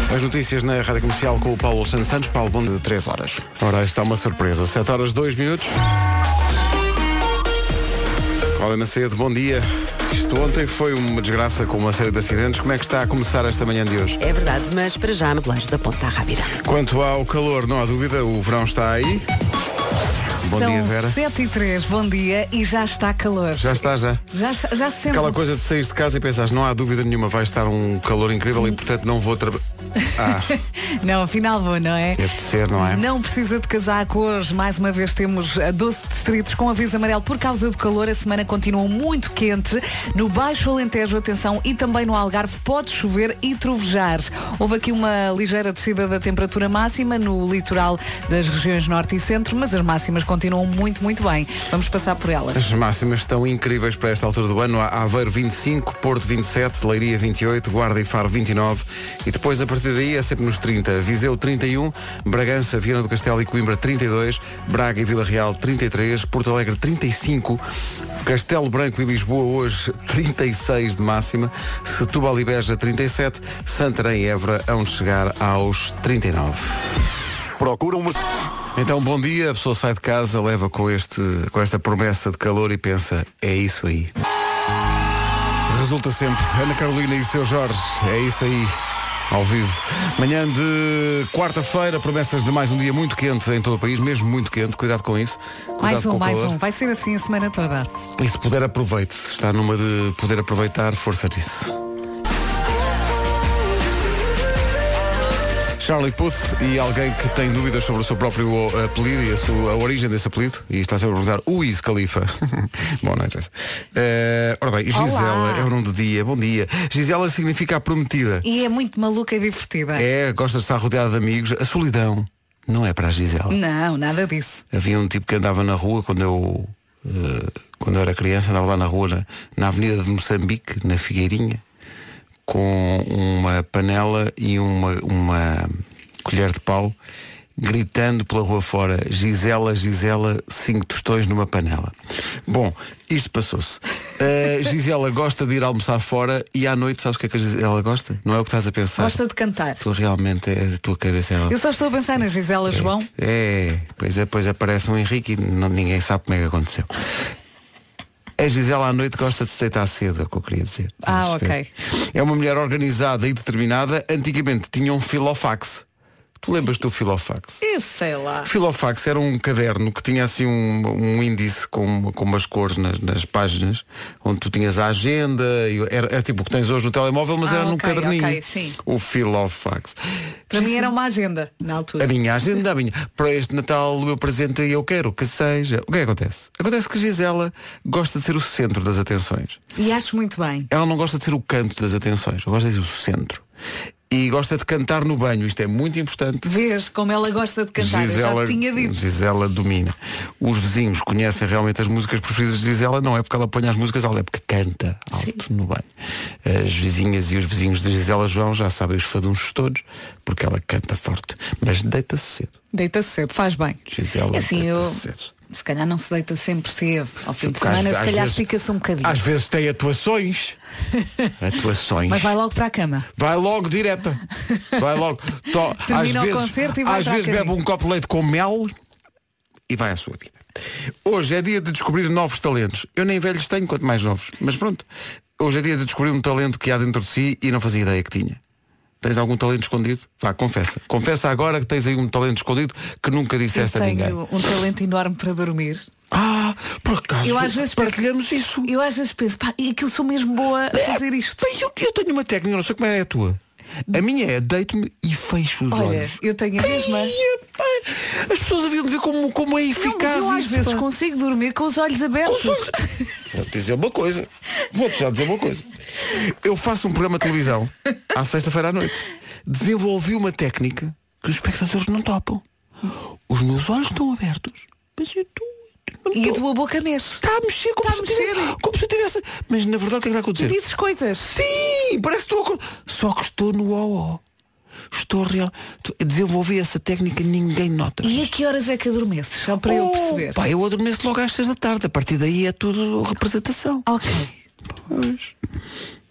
As notícias na Rádio Comercial com o Paulo Santos. Paulo, bom de 3 horas. Ora, está uma surpresa. 7 horas 2 minutos. Olá, Macedo, bom dia. Isto ontem foi uma desgraça com uma série de acidentes. Como é que está a começar esta manhã de hoje? É verdade, mas para já, modelagem da Ponta Rábida. Quanto ao calor, não há dúvida, o verão está aí. Bom dia, Vera. São 7h03, bom dia, e já está calor. Já está, já. Já se sente. Aquela coisa de sair de casa e pensar, não há dúvida nenhuma, vai estar um calor incrível e portanto não vou trabalhar. Não, afinal vou, não é? Deve de ser, não é? Não precisa de casaco hoje. Mais uma vez temos 12 distritos com aviso amarelo por causa do calor. A semana continua muito quente. No Baixo Alentejo, atenção, e também no Algarve pode chover e trovejar. Houve aqui uma ligeira descida da temperatura máxima no litoral das regiões norte e centro, mas as máximas continuam muito, muito bem. Vamos passar por elas. As máximas estão incríveis para esta altura do ano. Aveiro 25, Porto 27, Leiria 28, Guarda e Faro 29 e depois a partir daí é sempre nos 30. Viseu 31, Bragança, Viana do Castelo e Coimbra 32, Braga e Vila Real 33, Porto Alegre 35, Castelo Branco e Lisboa hoje 36 de máxima, Setúbal e Beja 37, Santarém e Évora hão de chegar aos 39. Procura uma... Então, bom dia, a pessoa sai de casa, leva com esta promessa de calor e pensa, é isso aí. Resulta sempre. Ana Carolina e seu Jorge, é isso aí. Ao vivo. Manhã de quarta-feira, promessas de mais um dia muito quente em todo o país, mesmo muito quente, cuidado com isso. Cuidado mais um. Vai ser assim a semana toda. E se puder, aproveite. Se está numa de poder aproveitar, força nisso. Charlie Puth e alguém que tem dúvidas sobre o seu próprio apelido e a origem desse apelido, e está sempre a perguntar, Wiz Khalifa. Bom, não interessa. Ora bem, Gisela Olá. é o nome do dia, bom dia. Gisela significa a prometida. E é muito maluca e divertida. É, gosta de estar rodeada de amigos. A solidão não é para a Gisela. Não, nada disso. Havia um tipo que andava na rua quando eu era criança, andava lá na rua, na Avenida de Moçambique, na Figueirinha, com uma panela e uma colher de pau, gritando pela rua fora, Gisela, Gisela, 5 tostões numa panela. Bom, isto passou-se. A Gisela gosta de ir almoçar fora e à noite, sabes o que é que a Gisela gosta? Não é o que estás a pensar. Gosta de cantar. Tu realmente, a tua cabeça é... Eu só estou a pensar na Gisela João. Pois aparece um Henrique e ninguém sabe como é que aconteceu. A Gisela à noite gosta de se deitar cedo, é o que eu queria dizer. Ok. É uma mulher organizada e determinada. Antigamente tinha um filofax. Tu lembras do filofax? Eu sei lá. Filofax era um caderno que tinha assim um índice com umas cores nas páginas, onde tu tinhas a agenda, era tipo o que tens hoje no telemóvel, mas era num caderninho. Ok, sim. O filofax. Para mim era uma agenda, na altura. A minha agenda, para este Natal o meu presente eu quero que seja. O que é que acontece? Acontece que Gisela gosta de ser o centro das atenções. E acho muito bem. Ela não gosta de ser o canto das atenções, ela gosta de ser o centro. E gosta de cantar no banho, isto é muito importante. Vês como ela gosta de cantar, eu já tinha dito. Gisela domina. Os vizinhos conhecem realmente as músicas preferidas de Gisela, não é porque ela põe as músicas alto, é porque canta alto no banho. As vizinhas e os vizinhos de Gisela João já sabem os fadunchos todos, porque ela canta forte. Mas deita-se cedo. Deita-se cedo, faz bem. Gisela assim, deita-se cedo. Se calhar não se deita sempre cedo. Ao fim de Porque semana, se calhar vezes, fica-se um bocadinho. Às vezes tem atuações. Mas vai logo para a cama. Vai logo direta. Vai logo. Termina às o vezes, concerto e vai às para a vezes bebe caminha. um copo de leite com mel e vai à sua vida. Hoje é dia de descobrir novos talentos. Eu nem velhos tenho, quanto mais novos. Mas pronto. Hoje é dia de descobrir um talento que há dentro de si e não fazia ideia que tinha. Tens algum talento escondido? Vá, confessa. Confessa agora que tens aí um talento escondido que nunca disseste a ninguém. Eu tenho um talento enorme para dormir. Por acaso, eu às vezes partilhamos isso. Eu às vezes penso, é que eu sou mesmo boa a fazer isto. Eu tenho uma técnica, não sei como é a tua. A minha é deito-me e fecho os olhos. Eu tenho a mesma. As pessoas haviam de ver como é eficaz eu às isso. vezes consigo dormir com os olhos abertos. Vou-te dizer uma coisa. Vou-te já dizer uma coisa. Eu faço um programa de televisão à sexta-feira à noite. Desenvolvi uma técnica que os espectadores não topam. Os meus olhos estão abertos, mas eu estou... E a tua boca mexe. Está a mexer como se eu tivesse. Mas na verdade o que é que está a acontecer? Dizes coisas. Sim, parece que estou só que estou no ó. Estou real. Desenvolvi essa técnica e ninguém nota. E a que horas é que adormeces? Só para eu perceber. Eu adormeço logo às 6 da tarde. A partir daí é tudo representação. Ok. Pois. Bom,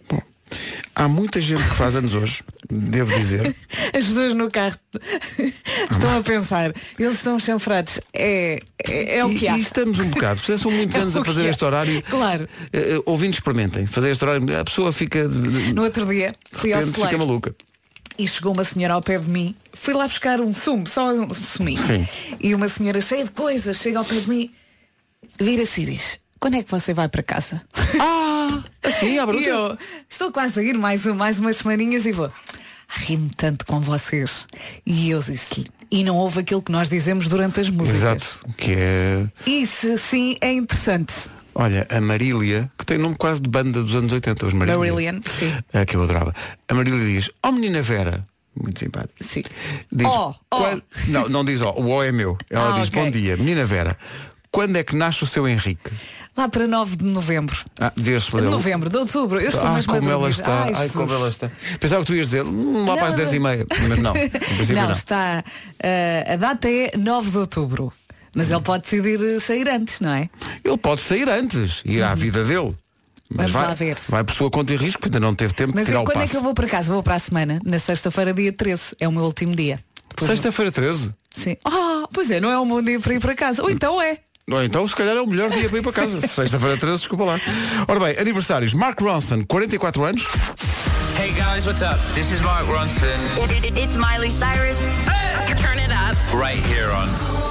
Há muita gente que faz anos hoje, devo dizer. As pessoas no carro estão a pensar, eles estão chanfrados. É o que há. E estamos um bocado, porque são muitos anos a fazer este horário. Claro. Ouvintes, experimentem fazer este horário. A pessoa fica. No outro dia, fui ao celeiro. Fica maluca. E chegou uma senhora ao pé de mim. Fui lá buscar um sumo, só um suminho. Sim. E uma senhora cheia de coisas chega ao pé de mim, vira-se e diz: quando é que você vai para casa? Assim, à bruta. E eu estou quase a ir mais umas semaninhas e vou. Ri-me tanto com vocês. E eu disse-lhe: e não houve aquilo que nós dizemos durante as músicas. Exato. Que é. Isso sim é interessante. Olha, a Marília, que tem nome quase de banda dos anos 80, os Marillion, sim. Que eu adorava. A Marília diz: menina Vera. Muito simpático. Sim. Diz, quando... Não diz o é meu. Ela diz: okay. Bom dia, menina Vera. Quando é que nasce o seu Henrique? Lá para 9 de novembro. Devia-se De novembro, de outubro. Eu estou mesmo como a ela dormir. está. Como ela está. Pensava que tu ias dizer lá para as 10h30. Mas não. Não, está. A data é 9 de outubro. Mas ele pode decidir sair antes, não é? Ele pode sair antes. Ir à vida dele. Mas Vamos lá ver. Vai por sua conta e risco, porque ainda não teve tempo de tirar o passe. Mas quando é que eu vou para casa? Vou para a semana. Na sexta-feira, dia 13. É o meu último dia. Sexta-feira 13? Sim. Pois é, não é um bom dia para ir para casa. Ou então é. Não, então se calhar é o melhor dia para ir para casa. Sexta-feira 13, desculpa lá. Ora bem, aniversários. Mark Ronson, 44 anos. Hey guys, what's up? This is Mark Ronson. It's Miley Cyrus. Hey! Turn it up. Right here on.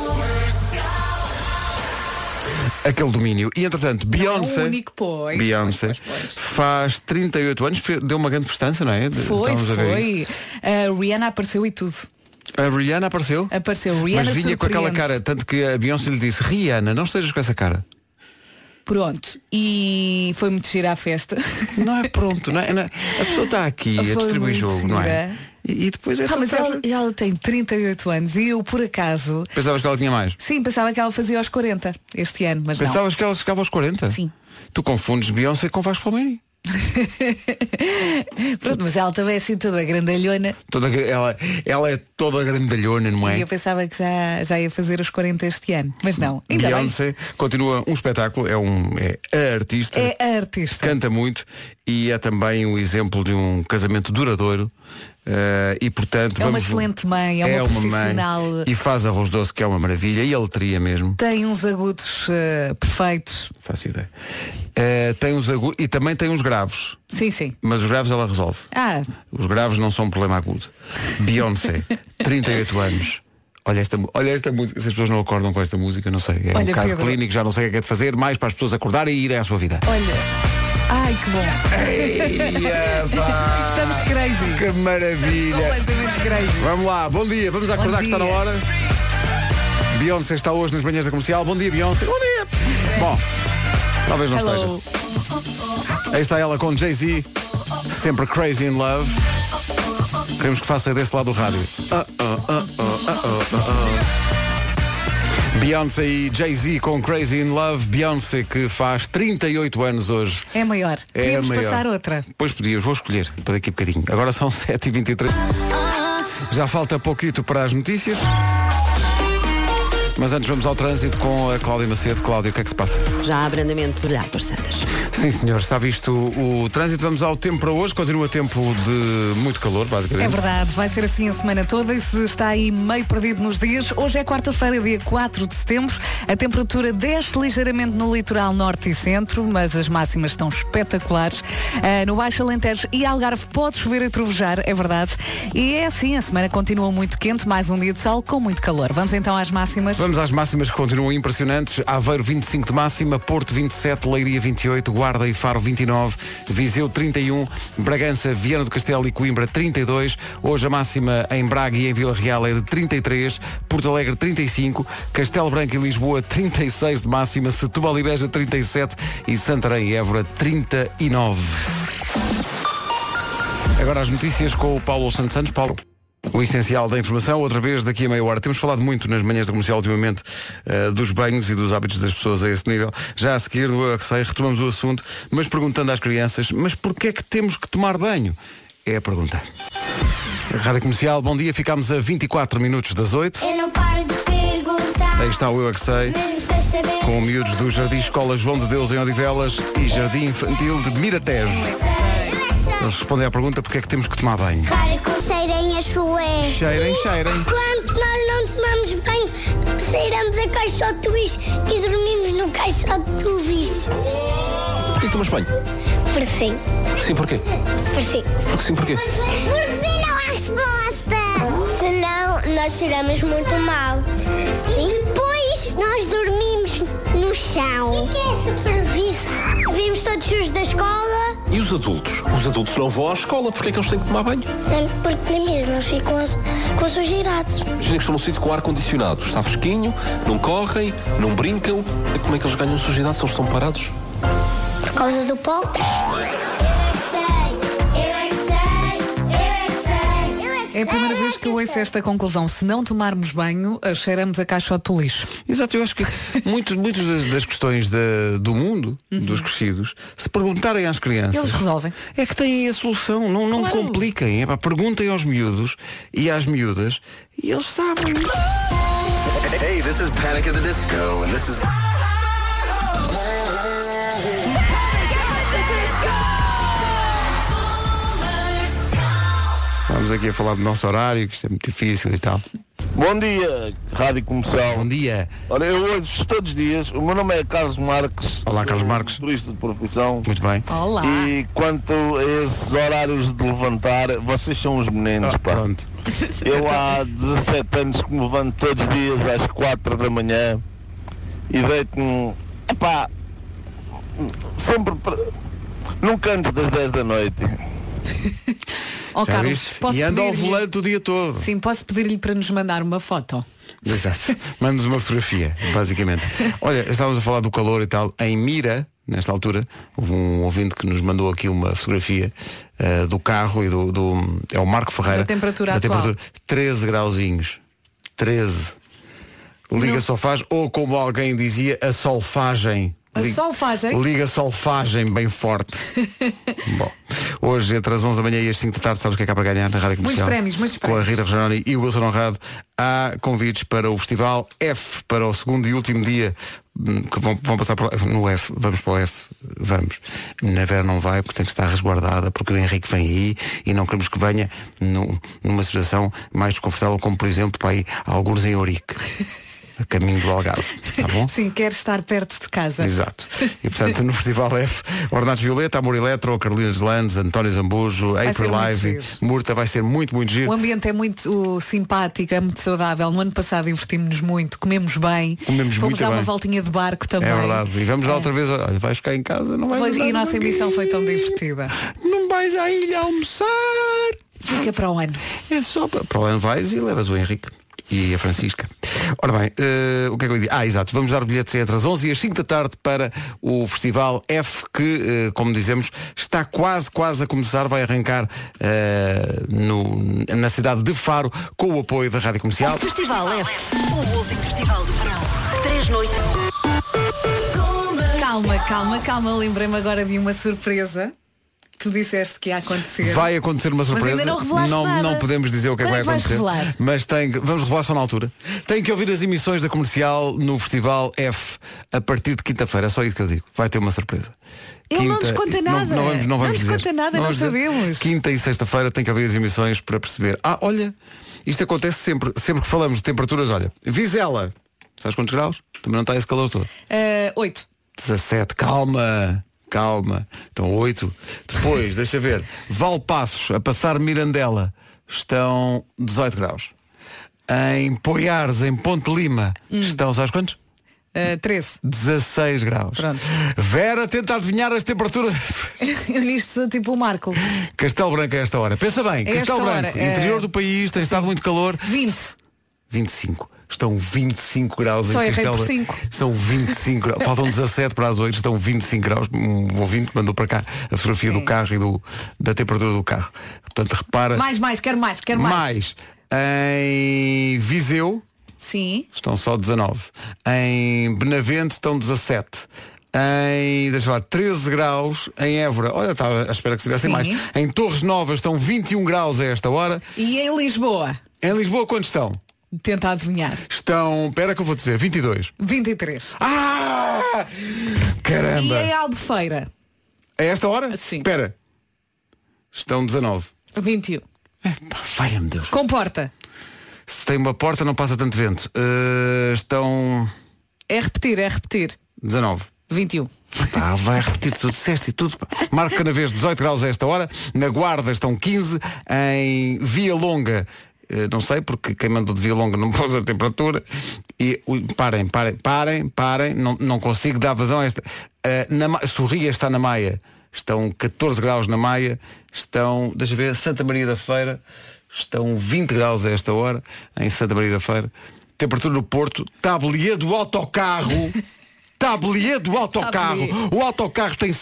Aquele domínio. E entretanto, Beyoncé. Não é o único, pois. Beyoncé faz 38 anos, deu uma grande festança, não é? Foi. A Rihanna apareceu e tudo. A Rihanna apareceu? Apareceu. Rihanna mas vinha com aquela cara, tanto que a Beyoncé lhe disse: Rihanna, não estejas com essa cara. Pronto. E foi muito gira à festa. Não é pronto, não é? A pessoa está aqui a distribuir jogo, gira. Não é? E depois é mas ela tem 38 anos e eu, por acaso... Pensavas que ela tinha mais? Sim, pensava que ela fazia aos 40 este ano, mas Pensavas não. que ela chegava aos 40? Sim. Tu confundes Beyoncé com Vasco Palmeirinho. Pronto, mas ela também é assim toda grandalhona. Ela é toda grandalhona, não é? E eu pensava que já ia fazer os 40 este ano, mas não. Ainda Beyoncé bem. continua um espetáculo, é a artista. É a artista. Canta muito e é também um exemplo de um casamento duradouro. E portanto uma excelente mãe, é uma profissional mãe, e faz arroz doce, que é uma maravilha, e ele teria mesmo. Tem uns agudos perfeitos. Faço ideia. Tem uns agudos e também tem uns graves. Sim. Mas os graves ela resolve. Os graves não são um problema agudo. Beyoncé, 38 anos. Olha esta música, se as pessoas não acordam com esta música, não sei. É um caso Pedro, clínico, já não sei o que é de fazer, mais para as pessoas acordarem e irem à sua vida. Olha. Ai, que bom. Estamos crazy. Que maravilha. Completamente crazy. Vamos lá, bom dia. Vamos acordar que está na hora. Beyoncé está hoje nas manhãs da Comercial. Bom dia, Beyoncé. Bom dia. Bom, talvez não esteja. Aí está ela com Jay-Z. Sempre crazy in love. Queremos que faça desse lado do rádio. Beyoncé e Jay-Z com Crazy in Love. Beyoncé que faz 38 anos hoje. É maior. Podíamos passar outra. Pois podíamos, vou escolher para daqui a bocadinho. Agora são 7h23. Já falta pouquito para as notícias. Mas antes vamos ao trânsito com a Cláudia Macedo. Cláudia, o que é que se passa? Já há abrandamento de Águas Santas. Sim, senhor, está visto o trânsito. Vamos ao tempo para hoje. Continua tempo de muito calor, basicamente. É verdade, vai ser assim a semana toda e se está aí meio perdido nos dias, hoje é quarta-feira, dia 4 de setembro. A temperatura desce ligeiramente no litoral norte e centro, mas as máximas estão espetaculares. No Baixo Alentejo e Algarve pode chover e trovejar, é verdade. E é assim, a semana continua muito quente, mais um dia de sol com muito calor. Vamos então às máximas. Vamos às máximas que continuam impressionantes. Aveiro 25 de máxima, Porto 27, Leiria 28, Guarda e Faro 29, Viseu 31, Bragança, Viana do Castelo e Coimbra 32. Hoje a máxima em Braga e em Vila Real é de 33, Porto Alegre 35, Castelo Branco e Lisboa 36 de máxima, Setúbal e Beja 37 e Santarém e Évora 39. Agora as notícias com o Paulo Santos. Paulo. O essencial da informação, outra vez daqui a meia hora. Temos falado muito nas manhãs da Comercial ultimamente dos banhos e dos hábitos das pessoas a esse nível. Já a seguir, do Eu Sei, retomamos o assunto, mas perguntando às crianças, mas porquê é que temos que tomar banho? É a pergunta. Rádio Comercial, bom dia, ficámos a 24 minutos das 8. Eu não paro de perguntar. Aí está o Eu Sei, Mesmo sem saber. com miúdos do Jardim Escola João de Deus em Odivelas e Jardim Infantil de Miratejo. Eles respondem à pergunta porque é que temos que tomar banho. Cara, com cheirem a chulé. Cheirem. Quando nós não tomamos banho, cheiramos a caixote do lixo e dormimos no caixote do lixo. Porquê que tomas banho? Por sim. Sim, porquê? Por sim. Porque sim, porquê? Porque não há resposta. Senão, nós cheiramos muito mal. E depois, nós dormimos no chão. O que é essa preguiça? Vimos todos os da escola. E os adultos? Os adultos não vão à escola, porquê é que eles têm que tomar banho? Porque na mesma ficam sujeirados. Imagina que estão num sítio com ar-condicionado, está fresquinho, não correm, não brincam. E como é que eles ganham sujidade se eles estão parados? Por causa do pó. É a primeira vez que eu ouço esta conclusão. Se não tomarmos banho, cheiramos a caixote do lixo. Exato, eu acho que muitas das questões do mundo, dos crescidos, se perguntarem às crianças, Eles resolvem. É que têm a solução, não Claro. compliquem. É pá, perguntem aos miúdos e às miúdas e eles sabem. Hey, this is Panic at the Disco, and this is... Estamos aqui a falar do nosso horário, que isto é muito difícil e tal. Bom dia, Rádio Comercial. Bom dia. Olha, eu ouço todos os dias. O meu nome é Carlos Marques. Olá, Carlos sou Marques. Turista de profissão. Muito bem. Olá. E quanto a esses horários de levantar, vocês são os meninos, pá. Pronto. Eu há 17 anos que me levanto todos os dias às 4 da manhã e deito-me, epá, sempre, nunca antes das 10 da noite. Oh, Já Carlos, viste? posso E anda ao pedir-lhe- volante o dia todo. Sim, posso pedir-lhe para nos mandar uma foto? Exato. Manda-nos uma fotografia, basicamente. Olha, estávamos a falar do calor e tal. Em Mira, nesta altura, houve um ouvinte que nos mandou aqui uma fotografia do carro e é o Marco Ferreira. Da temperatura atual. 13 grauzinhos. 13. Liga solfagem, ou como alguém dizia, a solfagem. A solfagem? Liga solfagem bem forte. Bom, hoje entre as 11 da manhã e as 5 da tarde, sabes o que é que há para ganhar na Rádio Comercial? muitos Com a prémios. Rita Rogeroni e o Wilson Honrado, há convites para o Festival F, para o segundo e último dia, que vão passar no F. Vamos para o F, vamos. Na Vera não vai, porque tem que estar resguardada, porque o Henrique vem aí e não queremos que venha numa situação mais desconfortável, como por exemplo para ir a algures em Ourique. A caminho do Algarve, tá bom? Sim, quero estar perto de casa. Exato. E portanto no Festival F, Ornatos Violeta, Amor Eletro, Carolina Deslandes, António Zambujo, Vai ser April muito Live, giro. Murta, vai ser muito, muito giro. O ambiente é muito simpático, é muito saudável. No ano passado divertimos-nos muito, comemos bem. Comemos Fomos muito dar uma bem. voltinha de barco também. É verdade. E vamos lá outra vez, olha, vais ficar em casa, não vais Pois, andar e a nossa aqui. emissão foi tão divertida. Não vais à ilha almoçar. Fica para o ano. É só para o ano vais e levas o Henrique e a Francisca. Ora bem, o que é que eu ia dizer? Exato, vamos dar bilhetes entre as 11 e as 5 da tarde para o Festival F, que, como dizemos, está quase a começar, vai arrancar na cidade de Faro, com o apoio da Rádio Comercial. Festival F, o último festival do verão. 3 noites. Calma, lembrei-me agora de uma surpresa. Tu disseste que ia acontecer. Vai acontecer uma surpresa. ainda não revelaste nada. Não podemos dizer o que é que vai Quando é que vais acontecer. revelar? Mas vamos revelar só na altura. Tem que ouvir as emissões da Comercial no Festival F a partir de quinta-feira. É só isso que eu digo. Vai ter uma surpresa. Ele não nos conta nada. Não vamos Não nos dizer. conta nada, não vamos dizer. sabemos. Quinta e sexta-feira tem que ouvir as emissões para perceber. Olha, isto acontece sempre que falamos de temperaturas. Olha, Vizela, sabes quantos graus? Também não está esse calor todo. 8. 17, calma. Então 8. Depois, deixa ver. Valpassos, a passar Mirandela, estão 18 graus. Em Poiares, em Ponte Lima, estão, sabes quantos? 13. 16 graus. Pronto. Vera, tenta adivinhar as temperaturas. Eu nisto sou tipo o Marco. Castelo Branco a esta hora. Pensa bem, A esta Castelo hora, Branco, interior do país, tem estado muito calor. 20. 25. Estão 25 graus Só em errei Castelo por Branco. 5. São 25 graus. Faltam 17 para as 8, estão 25 graus. Um ouvinte mandou para cá a fotografia do carro e da temperatura do carro. Portanto, repara. Mais, quero mais. Mais. Em Viseu Sim. estão só 19. Em Benavente estão 17. Deixa eu lá, 13 graus em Évora. Olha, estava à espera que se tivessem Sim. mais. Em Torres Novas estão 21 graus a esta hora. E em Lisboa? Em Lisboa quantos estão? Tenta adivinhar. Estão, espera que eu vou dizer, 22. 23. Caramba! E em Albufeira? A esta hora? Sim. Espera. estão 19. 21. Valha-me Deus. Com porta. Se tem uma porta não passa tanto vento. Estão É repetir. 19. 21. Pá, vai repetir tudo, disseste e tudo. Pá. Marco Canavês 18 graus a esta hora. Na Guarda estão 15. Em Via Longa, não sei, porque quem mandou de Via Longa não pôs a temperatura. E parem. Não consigo dar vazão a esta. Sorria está na Maia. Estão 14 graus na Maia. Estão, deixa eu ver, Santa Maria da Feira. Estão 20 graus a esta hora em Santa Maria da Feira. Temperatura no Porto. Tablier do autocarro. O autocarro tem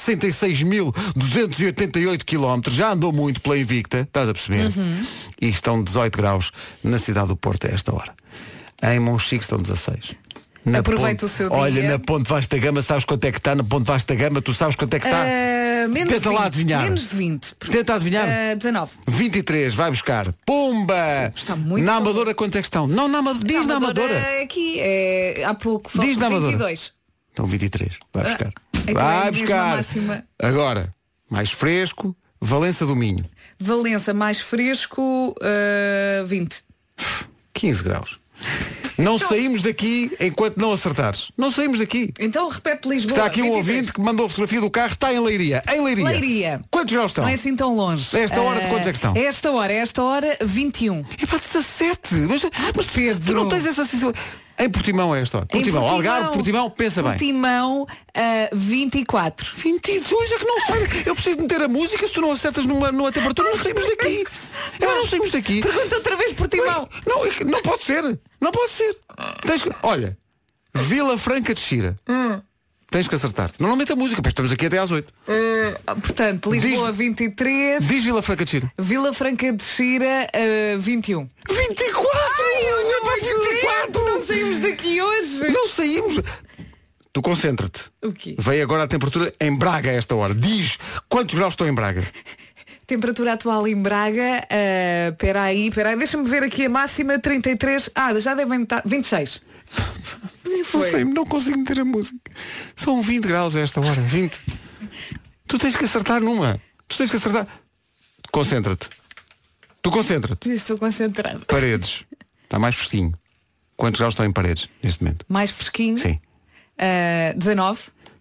166.288 km. Já andou muito pela Invicta, estás a perceber? E estão 18 graus na cidade do Porto a esta hora. Em Monchique estão 16. Aproveita o seu dia. Olha, na Ponte Vasta Gama, sabes quanto é que está? Na Ponte Vasta Gama, tu sabes quanto é que está? Tenta lá adivinhar. Menos de 20. Tenta adivinhar. 19. 23, vai buscar. Pumba! Está muito na bom. Amadora quanto é que estão? Não, diz na Amadora. Aqui, há pouco. Diz na Amadora. 22. Então 23, vai buscar. Então Vai é a mesma buscar. máxima. Agora, mais fresco, Valença do Minho. Valença, mais fresco, 20. 15 graus. Não saímos daqui enquanto não acertares. Não saímos daqui. Então repete Lisboa. Está aqui um 23. ouvinte que mandou a fotografia do carro, está em Leiria. Leiria. Quantos graus estão? Não é assim tão longe. A esta hora de quantos é que estão? Esta hora, 21. É para 17. Mas Pedro, tu não tens essa sensação. Em Portimão é esta hora. Portimão, Algarve, Portimão, pensa bem. Portimão, 24. 22 é que não sei. Eu preciso meter a música, se tu não acertas numa temperatura, não saímos daqui. Não saímos daqui. Pergunta outra vez Portimão. Não pode ser. Não pode ser. Olha, Vila Franca de Xira. Tens que acertar. Não mete a música, pois estamos aqui até às 8. Portanto, Lisboa 23. Diz Vila Franca de Xira. Vila Franca de Xira 21. 24! Ai, 24! Não saímos daqui hoje. Não saímos. Tu concentra-te. O quê? Veio agora a temperatura em Braga a esta hora. Diz quantos graus estão em Braga. Temperatura atual em Braga, espera aí, deixa-me ver aqui a máxima, 33, já devem estar, 26. Não consigo meter a música. São 20 graus a esta hora, 20. Tu tens que acertar numa. Concentra-te. Tu concentra-te. Estou concentrado. Paredes. Está mais fresquinho. Quantos graus estão em Paredes neste momento? Mais fresquinho? Sim. 19.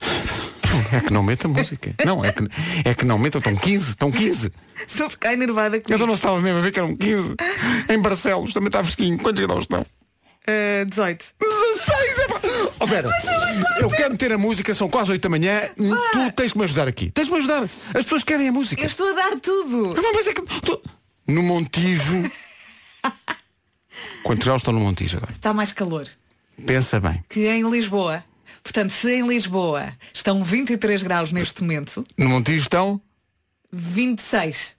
É que não meta a música. Não, é que não metam. Estão 15. Estou a ficar enervada comigo. Eu não estava mesmo a ver que eram 15. Em Barcelos também está fresquinho. Quantos graus estão? 18. 16, oh, Vera, eu quero meter a música, são quase 8 da manhã. Tu tens que me ajudar aqui. Tens que me ajudar. As pessoas querem a música. Eu estou a dar tudo. Mas é que no Montijo. Quantos graus estão no Montijo agora? Está mais calor Pensa bem. que em Lisboa. Portanto, se em Lisboa estão 23 graus neste momento, No Montijo estão? 26.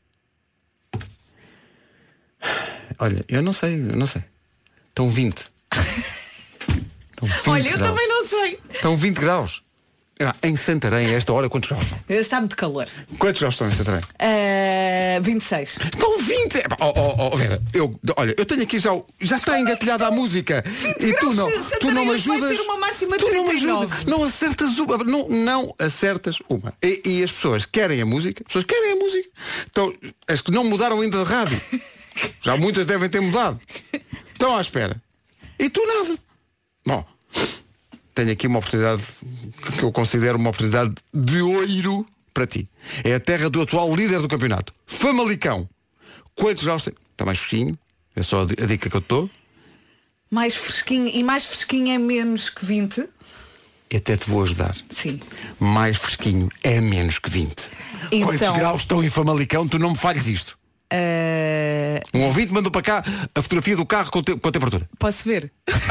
Olha, eu não sei. Estão 20. Olha, eu também não sei. Estão 20 graus. Em Santarém, a esta hora, quantos graus estão? Está muito calor. Quantos graus estão em Santarém? 26. Estão 20! Vera, eu tenho aqui já está engatilhada a música. E tu não me ajudas. Ter uma máxima de tu não me 39. ajudas. Não acertas uma. Não acertas uma. E as pessoas querem a música. Então, as que não mudaram ainda de rádio. Já muitas devem ter mudado. Estão à espera. E tu nada. Bom, tenho aqui uma oportunidade que eu considero uma oportunidade de ouro para ti. É a terra do atual líder do campeonato, Famalicão. Quantos graus tem? Está mais fresquinho. É só a dica que eu te dou. Mais fresquinho. E mais fresquinho é menos que 20? E até te vou ajudar. Sim. Mais fresquinho é menos que 20. Então... Quantos graus estão em Famalicão? Tu não me falhes isto. Um ouvinte mandou para cá a fotografia do carro com a temperatura. Posso ver?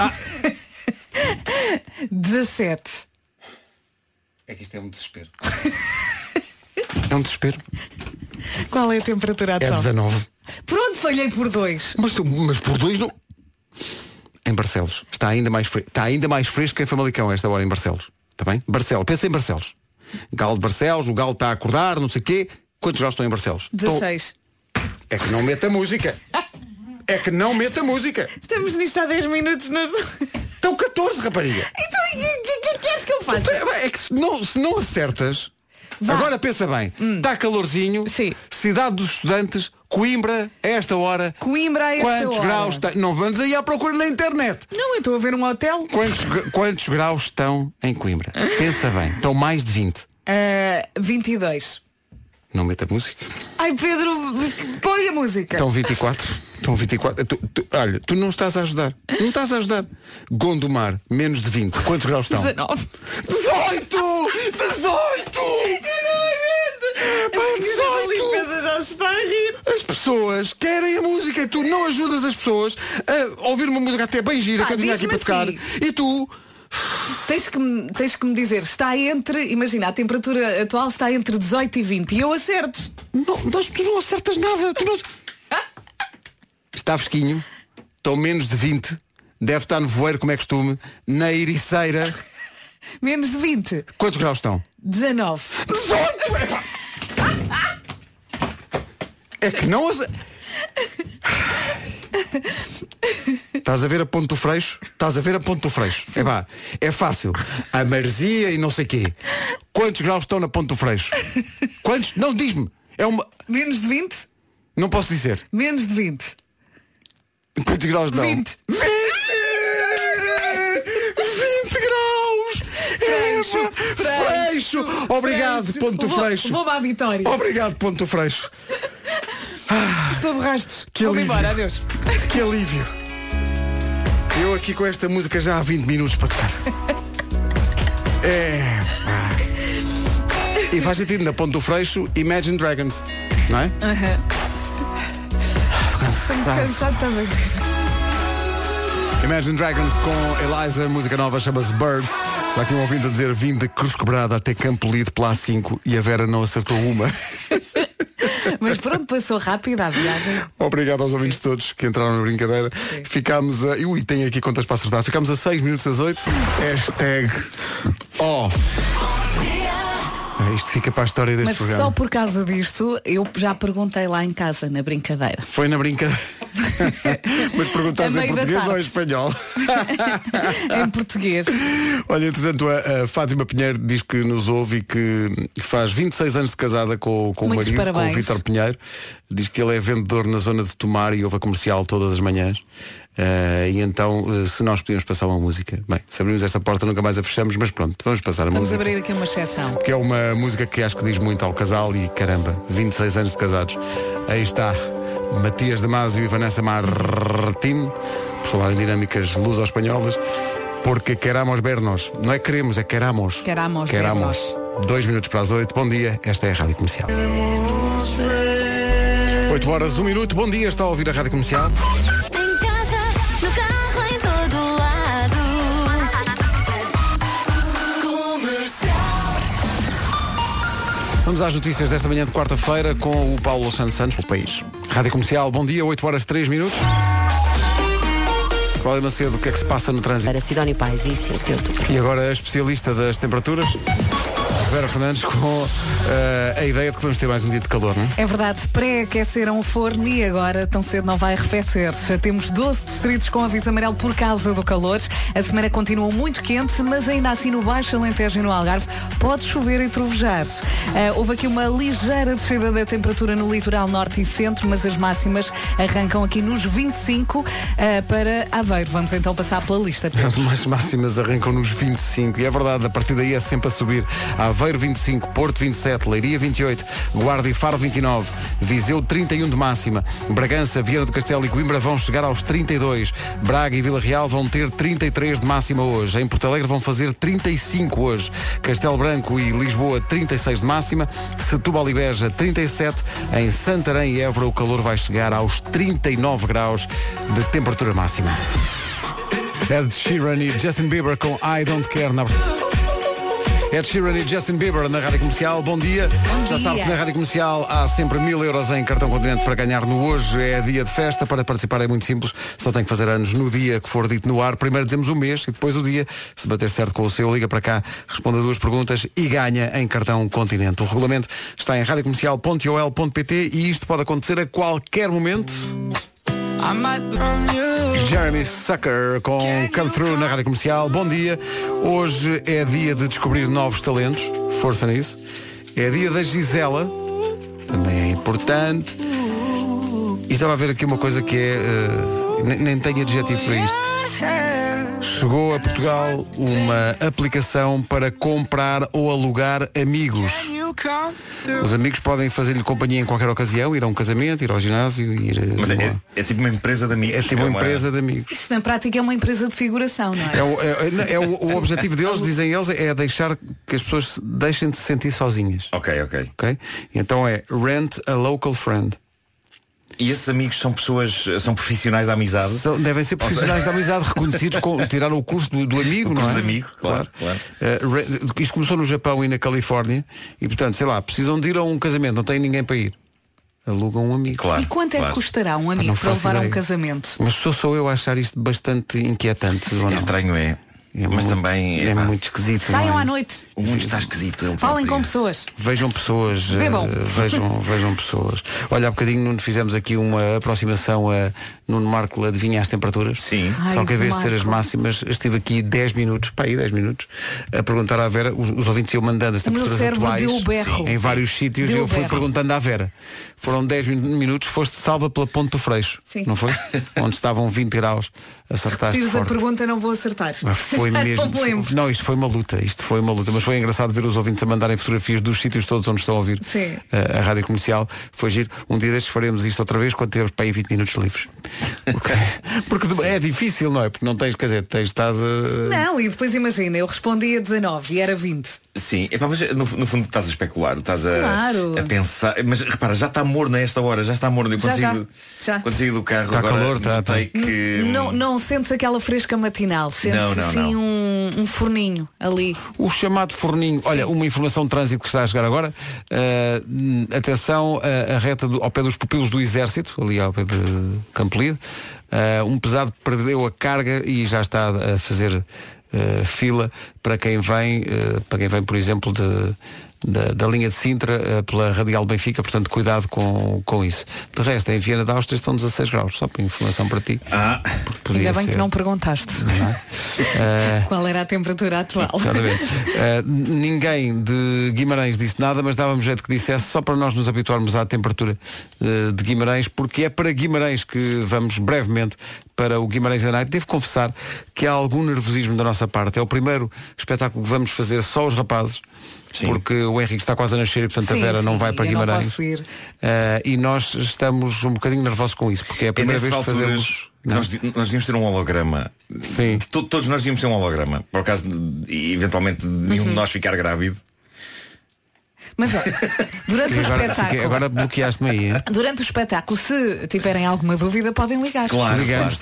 17. É que isto é um desespero. É um desespero. Qual é a temperatura atual? É 19. Pronto, falhei por 2. Mas por 2 não. Em Barcelos. Está ainda mais fresco que em Famalicão a esta hora em Barcelos. Está bem? Barcelos. Pensa em Barcelos. Galo de Barcelos, o Galo está a acordar, não sei o quê. Quantos graus estão em Barcelos? 16. É que não mete a música. Estamos nisto há 10 minutos. Estão 14, rapariga. Então, o que queres que eu faça? É que se não acertas, Vá. Agora pensa bem. Está calorzinho. Sim. Cidade dos Estudantes, Coimbra, a esta hora. Coimbra a esta Quantos hora. graus está? Não vamos aí à procura na internet. Não, eu estou a ver um hotel. Quantos graus estão em Coimbra? Pensa bem. Estão mais de 20. 22. Não meta música. Ai, Pedro, põe a música. Estão 24. Estão 24. Olha, tu não estás a ajudar. Não estás a ajudar. Gondomar, menos de 20. Quantos graus estão? 19. 18! 18! A limpeza já se está a rir. As pessoas querem a música e tu não ajudas as pessoas a ouvir uma música até bem gira que eu tinha aqui para tocar. assim. E tu... Tens que me dizer, está entre, imagina, a temperatura atual está entre 18 e 20 e eu acerto. Não, tu não acertas nada. Tu não... Está fresquinho. Estão menos de 20. Deve estar no voeiro, como é costume. Na Ericeira. Menos de 20. Quantos graus estão? 19. 18! É que não... Estás a ver a ponte do Freixo? Estás a ver a ponte do Freixo? É pá, é fácil. A maresia e não sei quê. Quantos graus estão na ponte do Freixo? Quantos? Não, diz-me. É uma... Menos de 20? Não posso dizer. Menos de 20. Quantos graus dão? 20. 20 graus! Freixo! Obrigado, ponto do Freixo. Vou à vitória. Obrigado, ponto do Freixo. Estou de rastos. Que Vou alívio. embora, adeus. Que alívio. Eu aqui com esta música já há 20 minutos para tocar. E faz sentido, na ponte do Freixo, Imagine Dragons, não é? Cansado também. Imagine Dragons com Eliza, música nova chama-se Birds. Está aqui um ouvinte a dizer: vim de Cruz Quebrada até Campo Lido pela A5 e a Vera não acertou uma. Mas pronto, passou rápido a viagem. Obrigado aos ouvintes todos que entraram na brincadeira. Sim. Ficámos a... Ui, tenho aqui contas para acertar. Ficámos a 6 minutos das 8. Hashtag isto fica para a história deste Mas programa. só por causa disto, eu já perguntei lá em casa, na brincadeira. Foi na brincadeira. Mas perguntaste A em meio da português ou em tarde. espanhol? Em português. Olha, entretanto, a Fátima Pinheiro diz que nos ouve e que faz 26 anos de casada com o Muitos marido, parabéns. com o Vítor Pinheiro. Diz que ele é vendedor na zona de Tomar e ouve a comercial todas as manhãs. E então, se nós podíamos passar uma música, bem, se abrimos esta porta nunca mais a fechamos, mas pronto, vamos passar a Vamos música. abrir aqui uma exceção. Que é uma música que acho que diz muito ao casal e caramba, 26 anos de casados. Aí está Matias Damasio e Vanessa Martín, por falar em dinâmicas luso-espanholas, porque queramos vernos. Não é queremos, é queramos. Queramos vernos. 2 minutos para as 8. Bom dia, esta é a Rádio Comercial. 8 horas, 1 minuto. Bom dia, está a ouvir a Rádio Comercial. Em casa, no carro, em todo lado. Comercial. Vamos às notícias desta manhã de quarta-feira com o Paulo Santos, o país. Rádio Comercial, bom dia, 8 horas 3 minutos. Cláudia Macedo, o que é que se passa no trânsito? Para Sidónio Pais e Circuito. E agora a especialista das temperaturas, Vera Fernandes, com a ideia de que vamos ter mais um dia de calor, não é? É verdade, pré-aqueceram o forno e agora tão cedo não vai arrefecer. Já temos 12 distritos com aviso amarelo por causa do calor. A semana continua muito quente, mas ainda assim no Baixo Alentejo e no Algarve pode chover e trovejar. Houve aqui uma ligeira descida da temperatura no litoral norte e centro, mas as máximas arrancam aqui nos 25 para Aveiro. Vamos então passar pela lista, Pedro. As máximas arrancam nos 25 e é verdade, a partir daí é sempre a subir. Aveiro 25, Porto 27, Leiria 28, Guarda e Faro 29, Viseu 31 de máxima, Bragança, Viana do Castelo e Coimbra vão chegar aos 32, Braga e Vila Real vão ter 33 de máxima hoje, em Porto Alegre vão fazer 35 hoje, Castelo Branco e Lisboa 36 de máxima, Setúbal e Beja 37, em Santarém e Évora o calor vai chegar aos 39 graus de temperatura máxima. Ed Sheeran e Justin Bieber com I Don't Care na... Ed Sheeran e Justin Bieber na Rádio Comercial. Bom dia. Já sabe que na Rádio Comercial há sempre 1000 euros em cartão Continente para ganhar no hoje. É dia de festa. Para participar é muito simples. Só tem que fazer anos no dia que for dito no ar. Primeiro dizemos o mês e depois o dia. Se bater certo com o seu, liga para cá, responde a 2 perguntas e ganha em cartão Continente. O regulamento está em radiocomercial.ol.pt e isto pode acontecer a qualquer momento. Jeremy Sucker com Come Through na Rádio Comercial. Bom dia. Hoje é dia de descobrir novos talentos. Força nisso. É dia da Gisela, também é importante. E estava a ver aqui uma coisa que é, nem tenho adjetivo para isto. Chegou a Portugal uma aplicação para comprar ou alugar amigos. Os amigos podem fazer-lhe companhia em qualquer ocasião, ir a um casamento, ir ao ginásio, ir... Mas é tipo uma empresa de amigos. É tipo uma empresa de amigos. Isto na prática é uma empresa de figuração, não é? O objetivo deles, dizem eles, é deixar que as pessoas deixem de se sentir sozinhas. Ok. Então é Rent a Local Friend. E esses amigos são pessoas, são profissionais da amizade? Devem ser profissionais da amizade, reconhecidos, tiraram o curso do amigo, não é? O curso de amigo, claro. Isto começou no Japão e na Califórnia e, portanto, sei lá, precisam de ir a um casamento, não tem ninguém para ir. Alugam um amigo. E quanto é que custará um amigo para levar a um casamento? Mas sou eu a achar isto bastante inquietante. É estranho, é. Mas também é muito esquisito. Saiam à noite. O mundo está esquisito. Falem com pessoas. Vejam pessoas. Vejam pessoas. Olha, há bocadinho Nuno, fizemos aqui uma aproximação a Nuno Marco adivinha as temperaturas. Sim. Só que em vez de ser as máximas, estive aqui 10 minutos, a perguntar à Vera, os ouvintes iam mandando as temperaturas atuais em vários sítios e eu fui perguntando à Vera. Foram 10 minutos, foste salva pela Ponte do Freixo. Sim. Não foi? Onde estavam 20 graus. Acertaste forte. a pergunta, não vou acertar. Foi mesmo. Não, isto foi uma luta. Mas foi engraçado ver os ouvintes a mandarem fotografias dos sítios todos onde estão a ouvir a rádio comercial. Foi giro. Um dia destes faremos isto outra vez quando tivermos para aí 20 minutos livres. Porque é difícil, não é? Porque não tens, quer dizer, estás a... Não, e depois imagina, eu respondi a 19 e era 20. Sim, mas no fundo estás a especular, estás a pensar. Mas repara, já está morno a esta hora, já está morno. Eu quando saí do carro está agora calor, notei que... Não sentes aquela fresca matinal, sentes assim um forninho ali. O chamado forninho. Olha, uma informação de trânsito que está a chegar agora. Atenção, a reta ao pé dos pupilos do Exército, ali ao pé de Campolide. Um pesado perdeu a carga e já está a fazer fila para quem vem, por exemplo, da linha de Sintra pela Radial Benfica, portanto cuidado com isso. De resto, em Viana da Áustria estão 16 graus, só para informação para ti. Ainda bem que não perguntaste qual era a temperatura atual. Ninguém de Guimarães disse nada, mas dávamos jeito que dissesse, só para nós nos habituarmos à temperatura de Guimarães, porque é para Guimarães que vamos brevemente para o Guimarães Night. Devo confessar que há algum nervosismo da nossa parte. É o primeiro espetáculo que vamos fazer só os rapazes. Sim. Porque o Henrique está quase a nascer e portanto a Vera não vai para Guimarães. Não posso ir. E nós estamos um bocadinho nervosos com isso, porque é a primeira vez que fazemos. Nós devíamos ter um holograma. Sim. Todos nós devíamos ter um holograma. Por acaso eventualmente nenhum de nós ficar grávido. Mas olha, durante o espetáculo. Agora bloqueaste-me aí, hein? Durante o espetáculo, se tiverem alguma dúvida, podem ligar. Claro. Ligamos.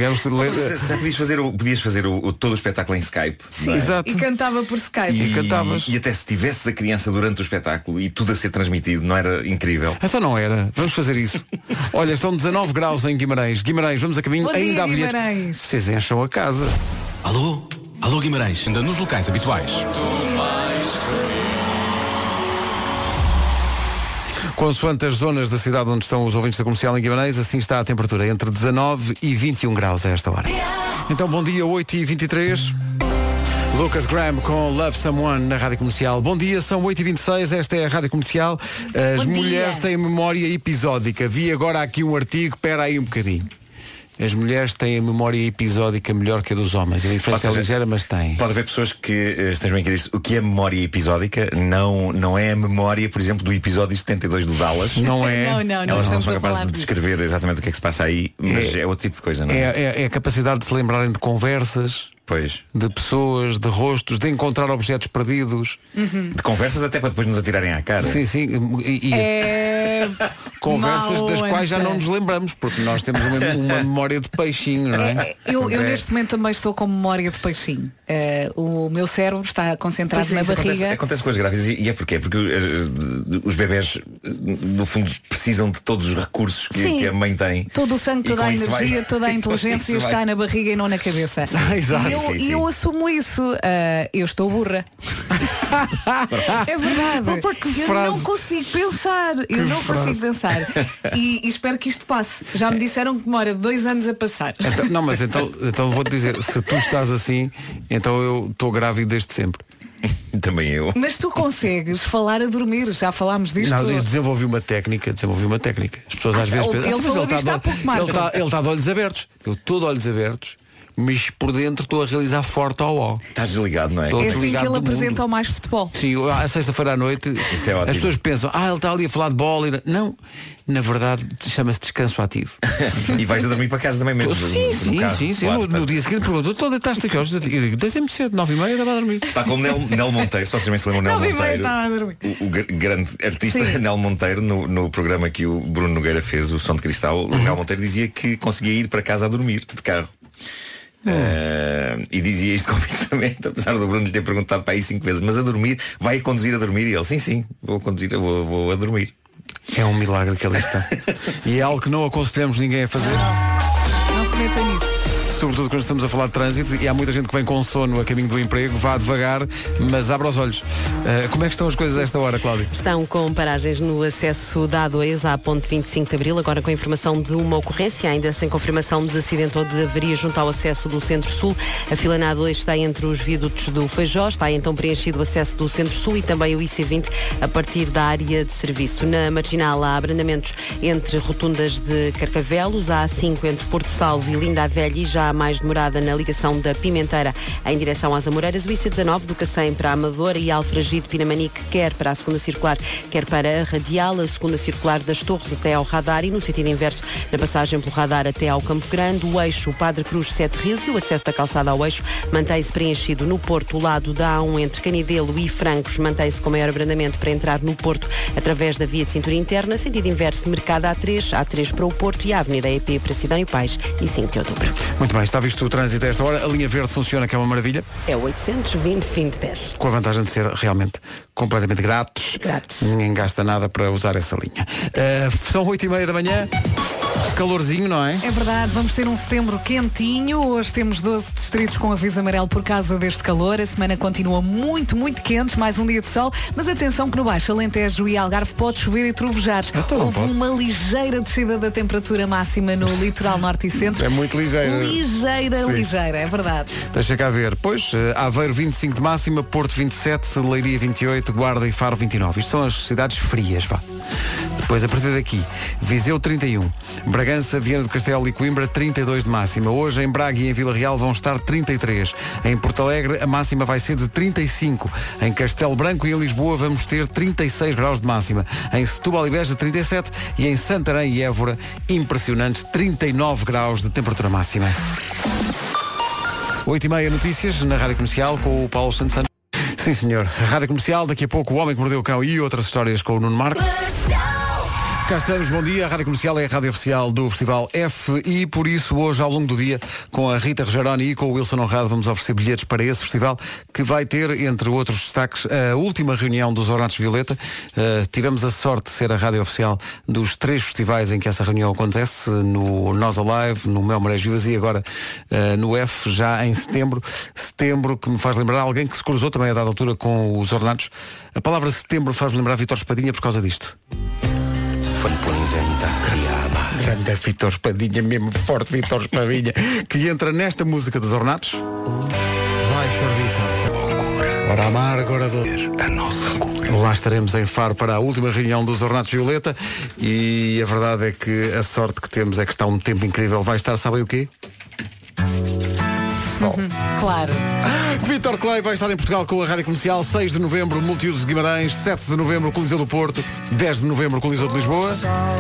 Podias fazer todo o espetáculo em Skype. Sim, exato. E cantava por Skype. E cantavas. E até se tivesses a criança durante o espetáculo e tudo a ser transmitido, não era incrível? Então não era. Vamos fazer isso. Olha, estão 19 graus em Guimarães. Guimarães, vamos a caminho. Bom ainda dia, há bilhetes. Vocês encham a casa. Alô Guimarães, ainda nos locais habituais. Consoante as zonas da cidade onde estão os ouvintes da Comercial em Guimarães, assim está a temperatura, entre 19 e 21 graus a esta hora. Então, bom dia, 8h23. Lucas Graham com Love Someone na Rádio Comercial. Bom dia, são 8h26, esta é a Rádio Comercial. As mulheres têm memória episódica. Vi agora aqui um artigo, espera aí um bocadinho. As mulheres têm a memória episódica melhor que a dos homens. A diferença é ligeira, mas tem. Pode haver pessoas que estejam bem a dizer o que é memória episódica. Não é a memória, por exemplo, do episódio 72 do Dallas. Não é. Não. Elas não são capazes de descrever exatamente o que é que se passa aí, mas é outro tipo de coisa, não é? É a capacidade de se lembrarem de conversas. Pois. De pessoas, de rostos, de encontrar objetos perdidos. De conversas até para depois nos atirarem à cara. Sim. Conversas das quais já não nos lembramos, porque nós temos uma memória de peixinho, não é? Eu neste momento também estou com memória de peixinho. O meu cérebro está concentrado na barriga. Acontece com as grávidas e é porquê? Porque os bebés no fundo precisam de todos os recursos que a mãe tem. Todo o sangue, toda a energia, toda a inteligência está na barriga e não na cabeça. Exato. E eu assumo isso. Eu estou burra. É verdade. Eu não consigo pensar. E espero que isto passe. Já me disseram que demora 2 anos a passar. Então vou-te dizer, se tu estás assim, então eu estou grávido desde sempre. Também eu. Mas tu consegues falar a dormir, já falámos disto. Não, eu desenvolvi uma técnica. As pessoas às vezes pensam, ele está de olhos abertos. Eu estou de olhos abertos, mas por dentro estou a realizar forte ao ó. Estás desligado, não é? É assim que ele apresenta ao Mais Futebol. Sim, à sexta-feira à noite Isso é ótimo. as pessoas pensam, ele está ali a falar de bola. Não, na verdade chama-se descanso ativo. E vais a dormir para casa também mesmo. Sim. Claro, no dia seguinte perguntou, então deitaste aqui hoje? Eu digo, deitei-me cedo, 9h30, estava a dormir. Está como Nel Monteiro, se vocês também se lembram, Nel Monteiro, o grande artista Nel Monteiro, no programa que o Bruno Nogueira fez, o Som de Cristal, o Nel Monteiro dizia que conseguia ir para casa a dormir, de carro. E dizia isto completamente, apesar do Bruno lhe ter perguntado para aí 5 vezes, mas a dormir, vai conduzir a dormir? E ele, sim, vou conduzir, vou a dormir. É um milagre que ali está. E é algo que não aconselhamos ninguém a fazer. Não se meta nisso. Sobretudo quando estamos a falar de trânsito e há muita gente que vem com sono a caminho do emprego, vá devagar, mas abra os olhos. Como é que estão as coisas a esta hora, Cláudia? Estão com paragens no acesso da A2 à ponte 25 de Abril, agora com a informação de uma ocorrência, ainda sem confirmação de acidente ou de avaria junto ao acesso do Centro-Sul. A fila na A2 está entre os viadutos do Feijó, está então preenchido o acesso do Centro-Sul e também o IC20 a partir da área de serviço. Na Marginal há abrandamentos entre rotundas de Carcavelos, a A5 entre Porto Salvo e Linda a Velha e já mais demorada na ligação da Pimenteira em direção às Amoreiras, o IC19 do Cacém para a Amadora e Alfragide Pinamanique, quer para a segunda circular, quer para a Radial, a segunda circular das Torres até ao Radar e no sentido inverso, na passagem pelo Radar até ao Campo Grande, o eixo Padre Cruz Sete Rios e o acesso da calçada ao eixo mantém-se preenchido no Porto, o lado da A1 entre Canidelo e Francos mantém-se com maior abrandamento para entrar no Porto através da via de cintura interna, sentido inverso Mercado A3 para o Porto e a Avenida EP para Sidónio Pais e 5 de outubro. Muito bem, está visto o trânsito a esta hora. A linha verde funciona, que é uma maravilha. É 820-2010. Com a vantagem de ser realmente completamente grátis. Ninguém gasta nada para usar essa linha. São 8h30 da manhã. Calorzinho, não é? É verdade, vamos ter um setembro quentinho. Hoje temos 12 distritos com aviso amarelo por causa deste calor. A semana continua muito, muito quente, mais um dia de sol. Mas atenção que no Baixo Alentejo e Algarve pode chover e trovejar. Houve uma ligeira descida da temperatura máxima no litoral norte e centro. É muito ligeira. Ligeira, é verdade. Deixa cá ver. Pois, Aveiro 25 de máxima, Porto 27, Leiria 28, Guarda e Faro 29. Isto são as cidades frias, vá. Depois, a partir daqui, Viseu 31, Bragança, Viana do Castelo e Coimbra 32 de máxima. Hoje em Braga e em Vila Real vão estar 33. Em Porto Alegre a máxima vai ser de 35. Em Castelo Branco e em Lisboa vamos ter 36 graus de máxima. Em Setúbal e Beja 37 e em Santarém e Évora impressionantes 39 graus de temperatura máxima. 8h30 notícias na Rádio Comercial com o Paulo Santos. Sim, senhor. Rádio Comercial, daqui a pouco O Homem que Mordeu o Cão e outras histórias com o Nuno Marco. Cá estamos, bom dia. A Rádio Comercial é a rádio oficial do Festival F e por isso hoje ao longo do dia com a Rita Rogeroni e com o Wilson Honrado vamos oferecer bilhetes para esse festival que vai ter, entre outros destaques, a última reunião dos Ornatos Violeta. Tivemos a sorte de ser a rádio oficial dos 3 festivais em que essa reunião acontece, no Nós Alive, no Mel Marés Vivas e agora no F já em setembro. Setembro que me faz lembrar alguém que se cruzou também a dada altura com os Ornatos. A palavra setembro faz-me lembrar Vítor Espadinha por causa disto. Foi por inventar, criar. Grande Vítor Espadinha, mesmo forte Vítor Espadinha, que entra nesta música dos Ornatos. Vai, Sr. Vítor. Ora amar, agora dor. A nossa cura. Lá estaremos em Faro para a última reunião dos Ornatos Violeta e a verdade é que a sorte que temos é que está um tempo incrível. Vai estar, sabem o quê? Sol. Claro. Vítor Clay vai estar em Portugal com a Rádio Comercial. 6 de novembro, Multiusos de Guimarães. 7 de novembro, Coliseu do Porto. 10 de novembro, Coliseu de Lisboa.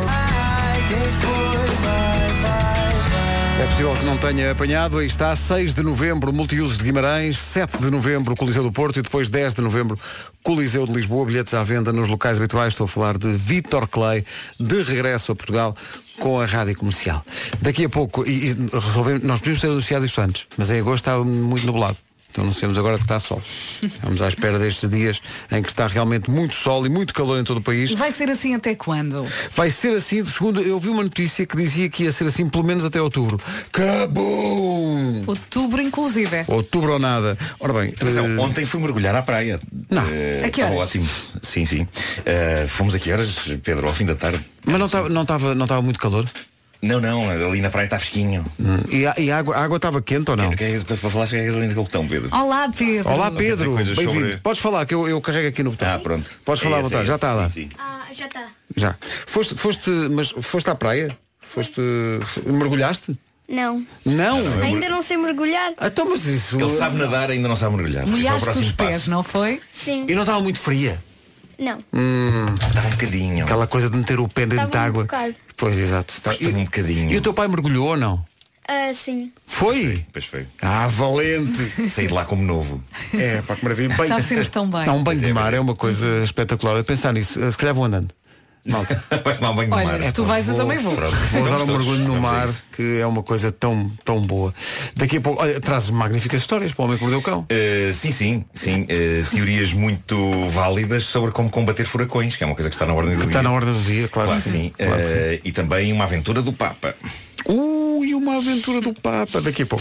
É possível que não tenha apanhado. Aí está, 6 de novembro, Multiusos de Guimarães. 7 de novembro, Coliseu do Porto. E depois 10 de novembro, Coliseu de Lisboa. Bilhetes à venda nos locais habituais. Estou a falar de Vítor Clay, de regresso a Portugal com a Rádio Comercial. Daqui a pouco, nós podíamos ter anunciado isto antes, mas em agosto está muito nublado. Então anunciamos agora que está sol. Vamos à espera destes dias em que está realmente muito sol e muito calor em todo o país. Vai ser assim até quando? Vai ser assim, segundo eu vi uma notícia que dizia que ia ser assim pelo menos até outubro. Cabum! Outubro inclusive. Outubro ou nada. Ora bem, ontem fui mergulhar à praia. Não. A que horas? Ótimo. Sim. Fomos a que horas, Pedro? Ao fim da tarde. Mas não estava muito calor? Não, ali na praia está fresquinho. E a água estava quente ou não? Para falar, chega a gasolina com o botão, Pedro. Olá, Pedro. Olá, Pedro. Bem-vindo. Sobre... Podes falar, que eu carrego aqui no botão. Pronto. Podes falar à vontade, já está lá. Sim. Já está. Já. Foste à praia? Mergulhaste? Não. Não? Ainda não sei mergulhar. Então, mas isso... Ele sabe nadar, ainda não sabe mergulhar. Molhaste os pés, não foi? Sim. E não estava muito fria? Não. Estava um bocadinho. Aquela coisa de meter o pé dentro de água. Pois, exato. Um bocadinho. E o teu pai mergulhou ou não? Sim. Foi? Pois foi. Valente. Saí de lá como novo. Pá, que maravilha. Está sempre tão bem. Um banho de mar é uma coisa espetacular. A pensar nisso, se calhar vou andando. Malta. Vais tomar um banho no mar. Se tu vais, eu também vou. Vou dar um mergulho no mar, que é uma coisa tão boa. Daqui a pouco, trazes magníficas histórias para o Homem que Mordeu o Cão. Sim. Teorias muito válidas sobre como combater furacões, que é uma coisa que está na ordem do dia. Está na ordem do dia, claro que sim. Claro que sim. E também uma aventura do Papa. E uma aventura do Papa daqui a pouco.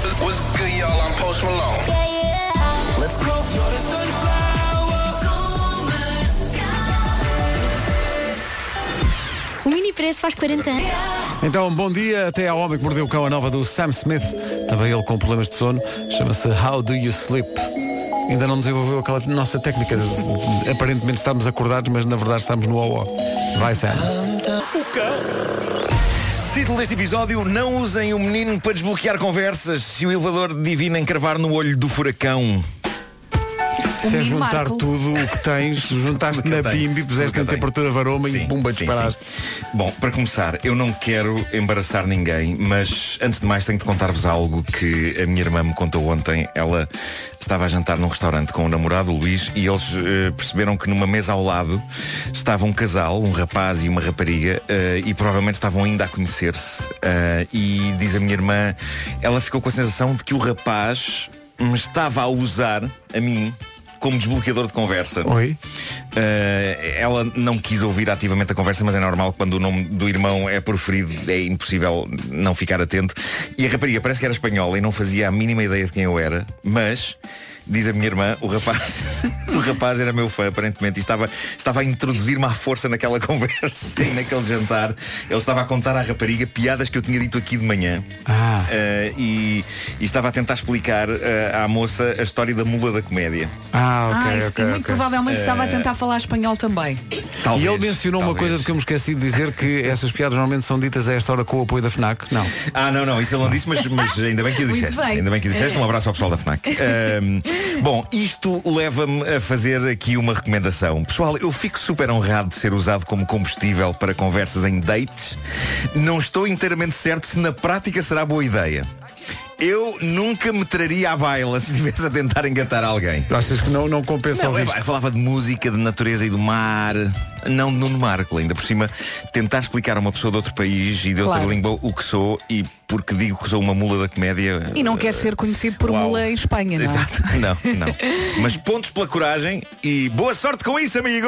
Let's go. O mini preço faz 40 anos. Então, bom dia, até ao Homem que Mordeu o Cão, a nova do Sam Smith. Também ele com problemas de sono. Chama-se How Do You Sleep? Ainda não desenvolveu aquela nossa técnica. Aparentemente estamos acordados, mas na verdade estamos no OO. Vai, Sam. O cão. Título deste episódio: não usem o menino para desbloquear conversas. Se o elevador divino encravar no olho do furacão. Se é juntar tudo o que tens, juntaste na bimbi, puseste na temperatura varoma e pumba, disparaste. Bom, para começar, eu não quero embaraçar ninguém, mas antes de mais tenho de contar-vos algo que a minha irmã me contou ontem. Ela estava a jantar num restaurante com o namorado, o Luís, e eles perceberam que numa mesa ao lado estava um casal, um rapaz e uma rapariga, e provavelmente estavam ainda a conhecer-se. E diz a minha irmã, ela ficou com a sensação de que o rapaz me estava a usar, a mim, como desbloqueador de conversa. Oi. Ela não quis ouvir ativamente a conversa, mas é normal que quando o nome do irmão é proferido é impossível não ficar atento. E a rapariga parece que era espanhola e não fazia a mínima ideia de quem eu era, mas... diz a minha irmã, o rapaz era meu fã, aparentemente, e estava a introduzir-me à força naquela conversa e naquele jantar. Ele estava a contar à rapariga piadas que eu tinha dito aqui de manhã. E estava a tentar explicar à moça a história da mula da comédia. Ok. Muito provavelmente estava a tentar falar espanhol também. Talvez, e ele mencionou uma coisa de que eu me esqueci de dizer, que essas piadas normalmente são ditas a esta hora com o apoio da FNAC. Não. Não, isso ele não disse, mas ainda bem que o disseste. Ainda bem que o disseste. Um abraço ao pessoal da FNAC. Bom, isto leva-me a fazer aqui uma recomendação. Pessoal, eu fico super honrado de ser usado como combustível para conversas em dates. Não estou inteiramente certo se na prática será boa ideia. Eu nunca me traria à baila se estivesse a tentar engatar alguém. Tu achas que não compensa o risco? Eu falava de música, de natureza e do mar. Não de Nuno Marco, ainda por cima tentar explicar a uma pessoa de outro país e de outra língua o que sou, e porque digo que sou uma mula da comédia. E não quer ser conhecido por mula em Espanha, não é? Exato, não. Mas pontos pela coragem e boa sorte com isso, amigo!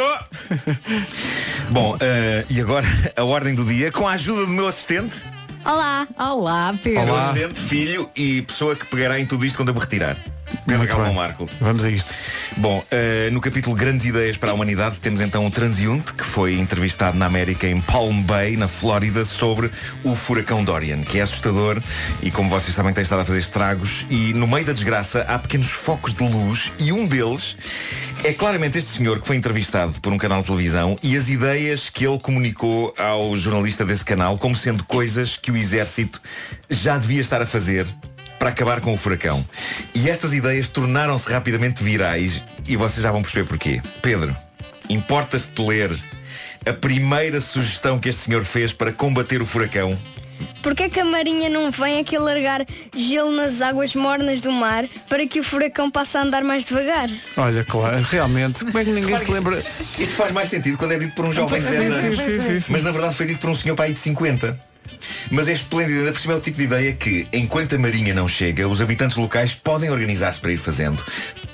Bom, e agora a ordem do dia, com a ajuda do meu assistente. Olá, Pedro. Meu assistente, filho e pessoa que pegará em tudo isto quando eu me retirar. Pedro Galvão Marco. Vamos a isto. Bom, no capítulo Grandes Ideias para a Humanidade temos então um transeunte que foi entrevistado na América, em Palm Bay, na Flórida, sobre o furacão Dorian, que é assustador e, como vocês sabem, tem estado a fazer estragos, e no meio da desgraça há pequenos focos de luz, e um deles é claramente este senhor que foi entrevistado por um canal de televisão, e as ideias que ele comunicou ao jornalista desse canal como sendo coisas que o exército já devia estar a fazer para acabar com o furacão. E estas ideias tornaram-se rapidamente virais, e vocês já vão perceber porquê. Pedro, importa-se de ler a primeira sugestão que este senhor fez para combater o furacão? Porquê é que a Marinha não vem aqui largar gelo nas águas mornas do mar para que o furacão passe a andar mais devagar? Olha, claro, realmente, como é que ninguém se lembra? Isto faz mais sentido quando é dito por um jovem de 10 anos. Sim. Mas na verdade foi dito por um senhor para aí de 50. Mas é esplêndido, ainda por cima é o tipo de ideia que, enquanto a Marinha não chega, os habitantes locais podem organizar-se para ir fazendo.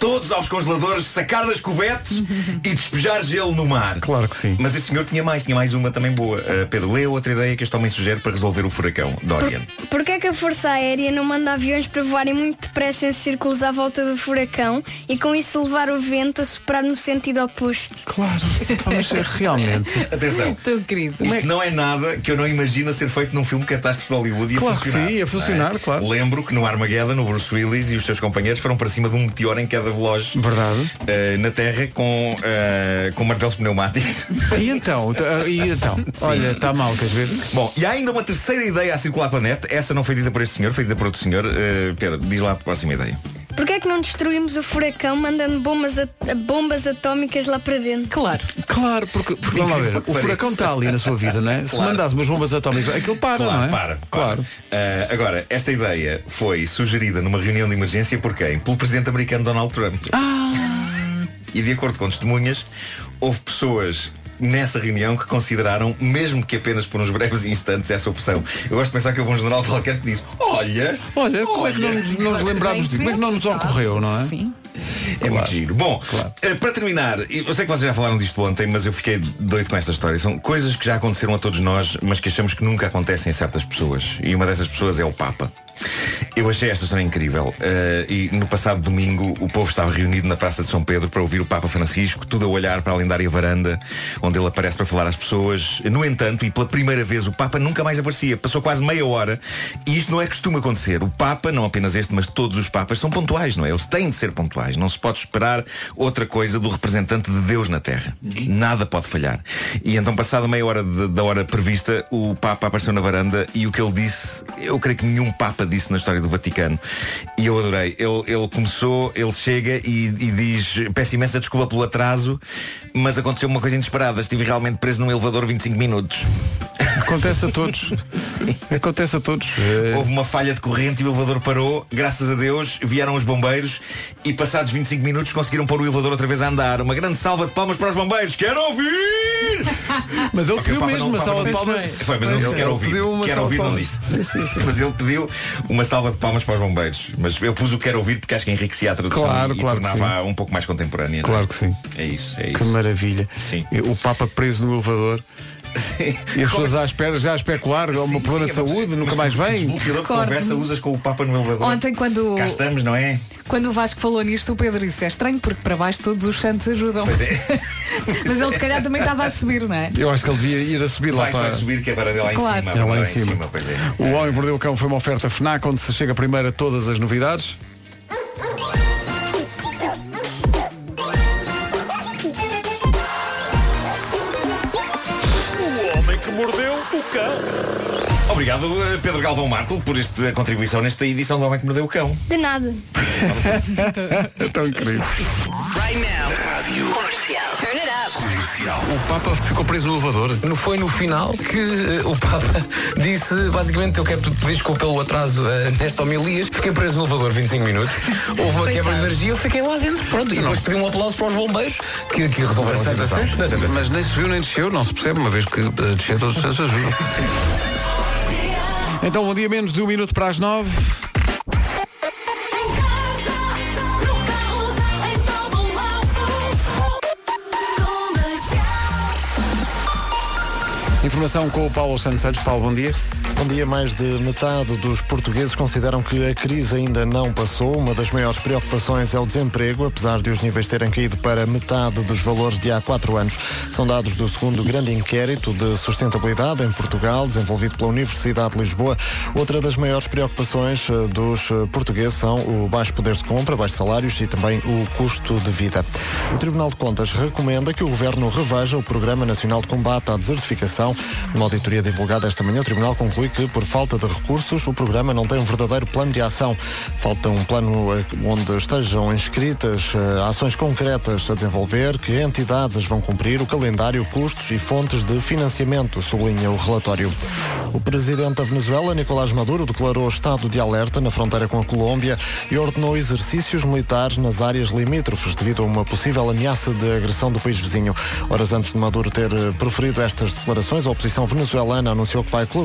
todos aos congeladores, sacar das cuvetes e despejar gelo no mar. Claro que sim. Mas esse senhor tinha mais uma também boa. Pedro, lê outra ideia que este homem sugere para resolver o furacão Dorian. Porquê é que a Força Aérea não manda aviões para voarem muito depressa em círculos à volta do furacão e com isso levar o vento a soprar no sentido oposto? Claro, mas realmente. Atenção, isto não é nada que eu não imagino a ser feito num filme de catástrofe de Hollywood e claro a funcionar. Sim, a funcionar, claro. Lembro que no Armageddon, o Bruce Willis e os seus companheiros foram para cima de um meteoro em queda veloz. Verdade. Na Terra com martelos pneumáticos. E então? Olha, está mal, queres ver? Bom, e há ainda uma terceira ideia a circular pela net. Essa não foi dita por este senhor, foi dita por outro senhor. Pedro, diz lá a próxima ideia. Porquê é que não destruímos o furacão mandando bombas atómicas lá para dentro? Claro, porque vamos lá ver, o furacão está ali na sua vida, não é? Se mandasse umas bombas atómicas, aquilo para, não é? Claro. Agora, esta ideia foi sugerida numa reunião de emergência por quem? Pelo presidente americano Donald Trump. E de acordo com testemunhas, houve pessoas nessa reunião que consideraram, mesmo que apenas por uns breves instantes, essa opção. Eu gosto de pensar que houve um general qualquer que disse: Olha, como é que não nos lembramos disso? Como é que não nos ocorreu, não é? Sim. É muito giro. Bom, para terminar, eu sei que vocês já falaram disto ontem, mas eu fiquei doido com esta história. São coisas que já aconteceram a todos nós, mas que achamos que nunca acontecem a certas pessoas. E uma dessas pessoas é o Papa. Eu achei esta história incrível. E no passado domingo o povo estava reunido na Praça de São Pedro para ouvir o Papa Francisco, tudo a olhar para a lendária varanda onde ele aparece para falar às pessoas. No entanto, e pela primeira vez, o Papa nunca mais aparecia. Passou quase meia hora. E isto não é costume acontecer. O Papa, não apenas este, mas todos os Papas são pontuais, não é? Eles têm de ser pontuais. Não se pode esperar outra coisa do representante de Deus na Terra. Nada pode falhar. E então, passada meia hora da hora prevista, o Papa apareceu na varanda e o que ele disse, eu creio que nenhum Papa disse na história do Vaticano. E eu adorei. Ele começou, ele chega e diz: peço imensa desculpa pelo atraso, mas aconteceu uma coisa inesperada. Estive realmente preso num elevador 25 minutos. Acontece a todos. Sim. Acontece a todos. Houve uma falha de corrente e o elevador parou. Graças a Deus vieram os bombeiros e passados 25 minutos conseguiram pôr o elevador outra vez a andar. Uma grande salva de palmas para os bombeiros. Quero ouvir! Mas ele pediu mesmo uma salva de palmas. Foi, mas ele disse quero ouvir. Quero ouvir, não disse. Sim. Mas ele pediu uma salva de palmas para os bombeiros. Mas eu pus o quero ouvir porque acho que enriquecia a tradução e tornava um pouco mais contemporânea. Claro que sim. É isso. Que maravilha. Sim. O Papa preso no elevador. Sim. E as pessoas à espera, já a especular, é um problema de saúde, nunca mais vem. Desbloqueador de conversa usas com o Papa no elevador. Ontem, quando cá estamos, não é? Quando o Vasco falou nisto, o Pedro disse: é estranho porque para baixo todos os santos ajudam. Pois é. Mas ele se calhar também estava a subir, não é? Eu acho que ele devia ir a subir lá para... Vai subir, que a varanda é lá em cima. É lá em cima. Pois é. O Homem que Mordeu o Cão foi uma oferta FNAC, onde se chega primeiro a todas as novidades. Que mordeu o cão. Obrigado, Pedro Galvão Marco, por esta contribuição nesta edição do Homem que Mordeu o Cão. De nada. É tão incrível. Right now. Rádio. Turn it up. O Papa ficou preso no elevador. Foi no final que o Papa disse, basicamente: eu quero pedir desculpa pelo atraso nesta homilias. Fiquei preso no elevador 25 minutos. Houve uma quebra de energia, eu fiquei lá dentro. Pronto. E depois pedi um aplauso para os bombeiros que resolveram a situação. Mas nem subiu nem desceu, não se percebe, uma vez que desceu todos os ajudam. Então, um dia menos de 1 minuto para as 9. Informação com o Paulo Santos. Paulo, bom dia. Bom dia. Mais de metade dos portugueses consideram que a crise ainda não passou. Uma das maiores preocupações é o desemprego, apesar de os níveis terem caído para metade dos valores de há 4 anos. São dados do segundo grande inquérito de sustentabilidade em Portugal, desenvolvido pela Universidade de Lisboa. Outra das maiores preocupações dos portugueses são o baixo poder de compra, baixos salários e também o custo de vida. O Tribunal de Contas recomenda que o Governo reveja o Programa Nacional de Combate à Desertificação. Numa auditoria divulgada esta manhã, o Tribunal conclui que, por falta de recursos, o programa não tem um verdadeiro plano de ação. Falta um plano onde estejam inscritas ações concretas a desenvolver, que entidades as vão cumprir, o calendário, custos e fontes de financiamento, sublinha o relatório. O presidente da Venezuela, Nicolás Maduro, declarou estado de alerta na fronteira com a Colômbia e ordenou exercícios militares nas áreas limítrofes devido a uma possível ameaça de agressão do país vizinho. Horas antes de Maduro ter proferido estas declarações, a oposição venezuelana anunciou que vai colaborar com as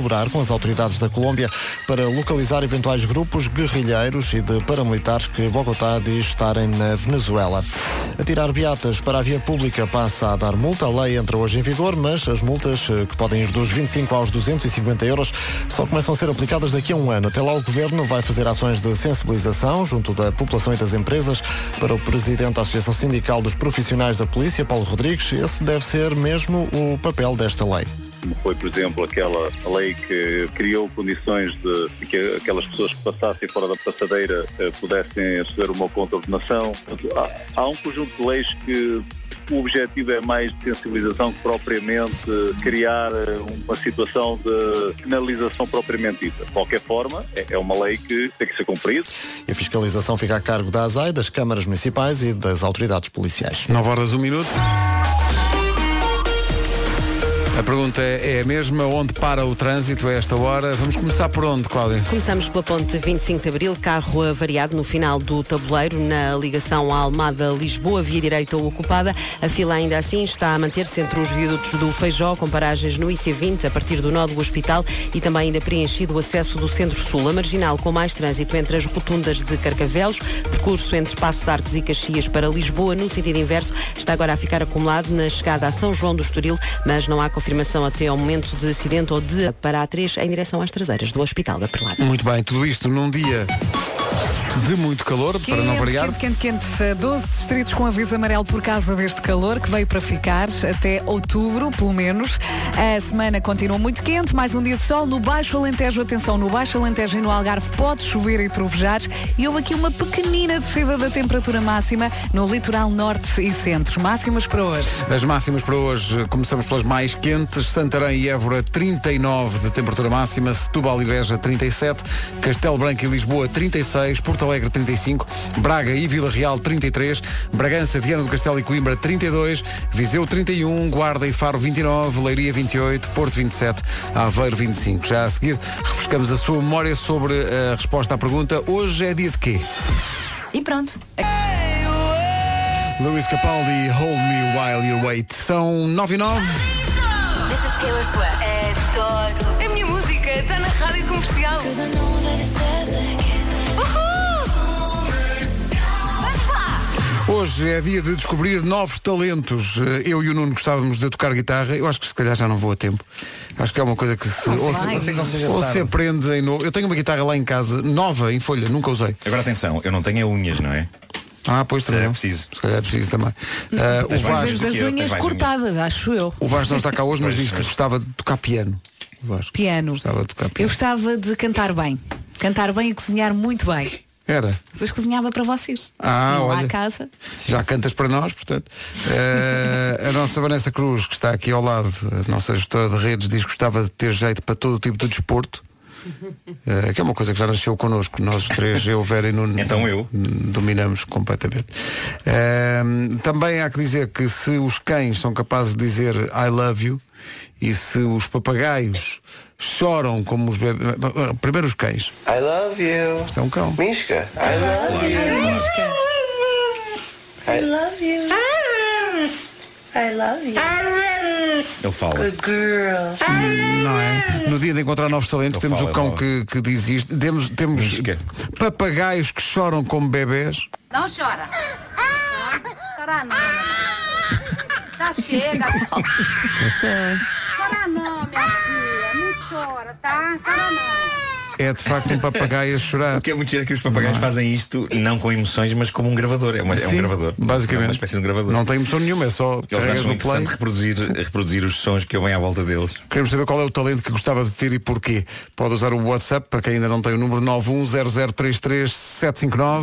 as autoridades da Colômbia para localizar eventuais grupos guerrilheiros e de paramilitares que Bogotá diz estarem na Venezuela. Atirar beatas para a via pública passa a dar multa. A lei entra hoje em vigor, mas as multas, que podem ir dos 25 aos 250 euros, só começam a ser aplicadas daqui a um ano. Até lá o Governo vai fazer ações de sensibilização junto da população e das empresas. Para o Presidente da Associação Sindical dos Profissionais da Polícia, Paulo Rodrigues, esse deve ser mesmo o papel desta lei. Foi, por exemplo, aquela lei que criou condições de que aquelas pessoas que passassem fora da passadeira pudessem receber uma contornação. Há um conjunto de leis que o objetivo é mais de sensibilização que propriamente criar uma situação de penalização propriamente dita. De qualquer forma, é uma lei que tem que ser cumprida. E a fiscalização fica a cargo da ASAI, das câmaras municipais e das autoridades policiais. 9h01. A pergunta é a mesma, onde para o trânsito a esta hora? Vamos começar por onde, Cláudia? Começamos pela ponte 25 de Abril, carro avariado no final do tabuleiro, na ligação à Almada-Lisboa, via direita ocupada. A fila ainda assim está a manter-se entre os viadutos do Feijó, com paragens no IC20, a partir do nó do Hospital, e também ainda preenchido o acesso do Centro-Sul. A marginal com mais trânsito entre as rotundas de Carcavelos, percurso entre Passo de Arcos e Caxias para Lisboa, no sentido inverso, está agora a ficar acumulado na chegada a São João do Estoril, mas não há confirmação até ao momento de acidente ou de para a A3 em direção às traseiras do Hospital da Perlada. Muito bem, tudo isto num dia de muito calor, para não variar. Quente. 12 distritos com aviso amarelo por causa deste calor que veio para ficar até outubro, pelo menos. A semana continua muito quente, mais um dia de sol. No Baixo Alentejo, atenção, no Baixo Alentejo e no Algarve pode chover e trovejar. E houve aqui uma pequenina descida da temperatura máxima no litoral norte e centro. Máximas para hoje. As máximas para hoje, começamos pelas mais quentes. Santarém e Évora, 39 de temperatura máxima. Setúbal e Beja, 37. Castelo Branco e Lisboa, 36. Porto Alegre 35, Braga e Vila Real 33, Bragança, Viana do Castelo e Coimbra 32, Viseu 31, Guarda e Faro 29, Leiria 28, Porto 27, Aveiro 25. Já a seguir refrescamos a sua memória sobre a resposta à pergunta. Hoje é dia de quê? E pronto. Luís Capaldi, Hold Me While You Wait. São 9h09. This is Taylor Swift. Adoro. A minha música está na rádio comercial. Hoje é dia de descobrir novos talentos. Eu e o Nuno gostávamos de tocar guitarra. Eu acho que se calhar já não vou a tempo. Acho que é uma coisa que se aprende em novo. Eu tenho uma guitarra lá em casa, nova, em folha, nunca usei. Agora atenção, eu não tenho unhas, não é? Pois também. É preciso. Se calhar é preciso também. O Vasco das unhas cortadas, acho eu. O Vasco não está cá hoje, mas diz que gostava de tocar piano. Piano. Gostava de tocar piano. Eu gostava de cantar bem. Cantar bem e cozinhar muito bem. Era. Depois cozinhava para vocês. Olha, lá à casa. Já cantas para nós, portanto. A nossa Vanessa Cruz, que está aqui ao lado, a nossa gestora de redes, diz que gostava de ter jeito para todo o tipo de desporto. Que é uma coisa que já nasceu connosco. Nós três, eu, Vera e Nuno, então eu dominamos completamente. Também há que dizer que se os cães são capazes de dizer I love you, e se os papagaios choram como os bebês. Primeiro os cães. I love you. Isto é um cão. Misca. I love you. Misca. I love you. I love you. Ele fala. Good girl. Não é? No dia de encontrar novos talentos, temos o cão que diz isto. Temos papagaios que choram como bebés. Não chora. Chora não. Já chega. Chora não, minha filha. Não chora, tá? Chora não. É de facto um papagaio a chorar. O que é muito giro é que os papagaios fazem isto não com emoções, mas como um gravador. É um gravador. Basicamente. É uma espécie de um gravador. Não tem emoção nenhuma, é só eles acham interessante reproduzir os sons que ouvem à volta deles. Queremos saber qual é o talento que gostava de ter e porquê. Pode usar o WhatsApp, para quem ainda não tem o número 910033759.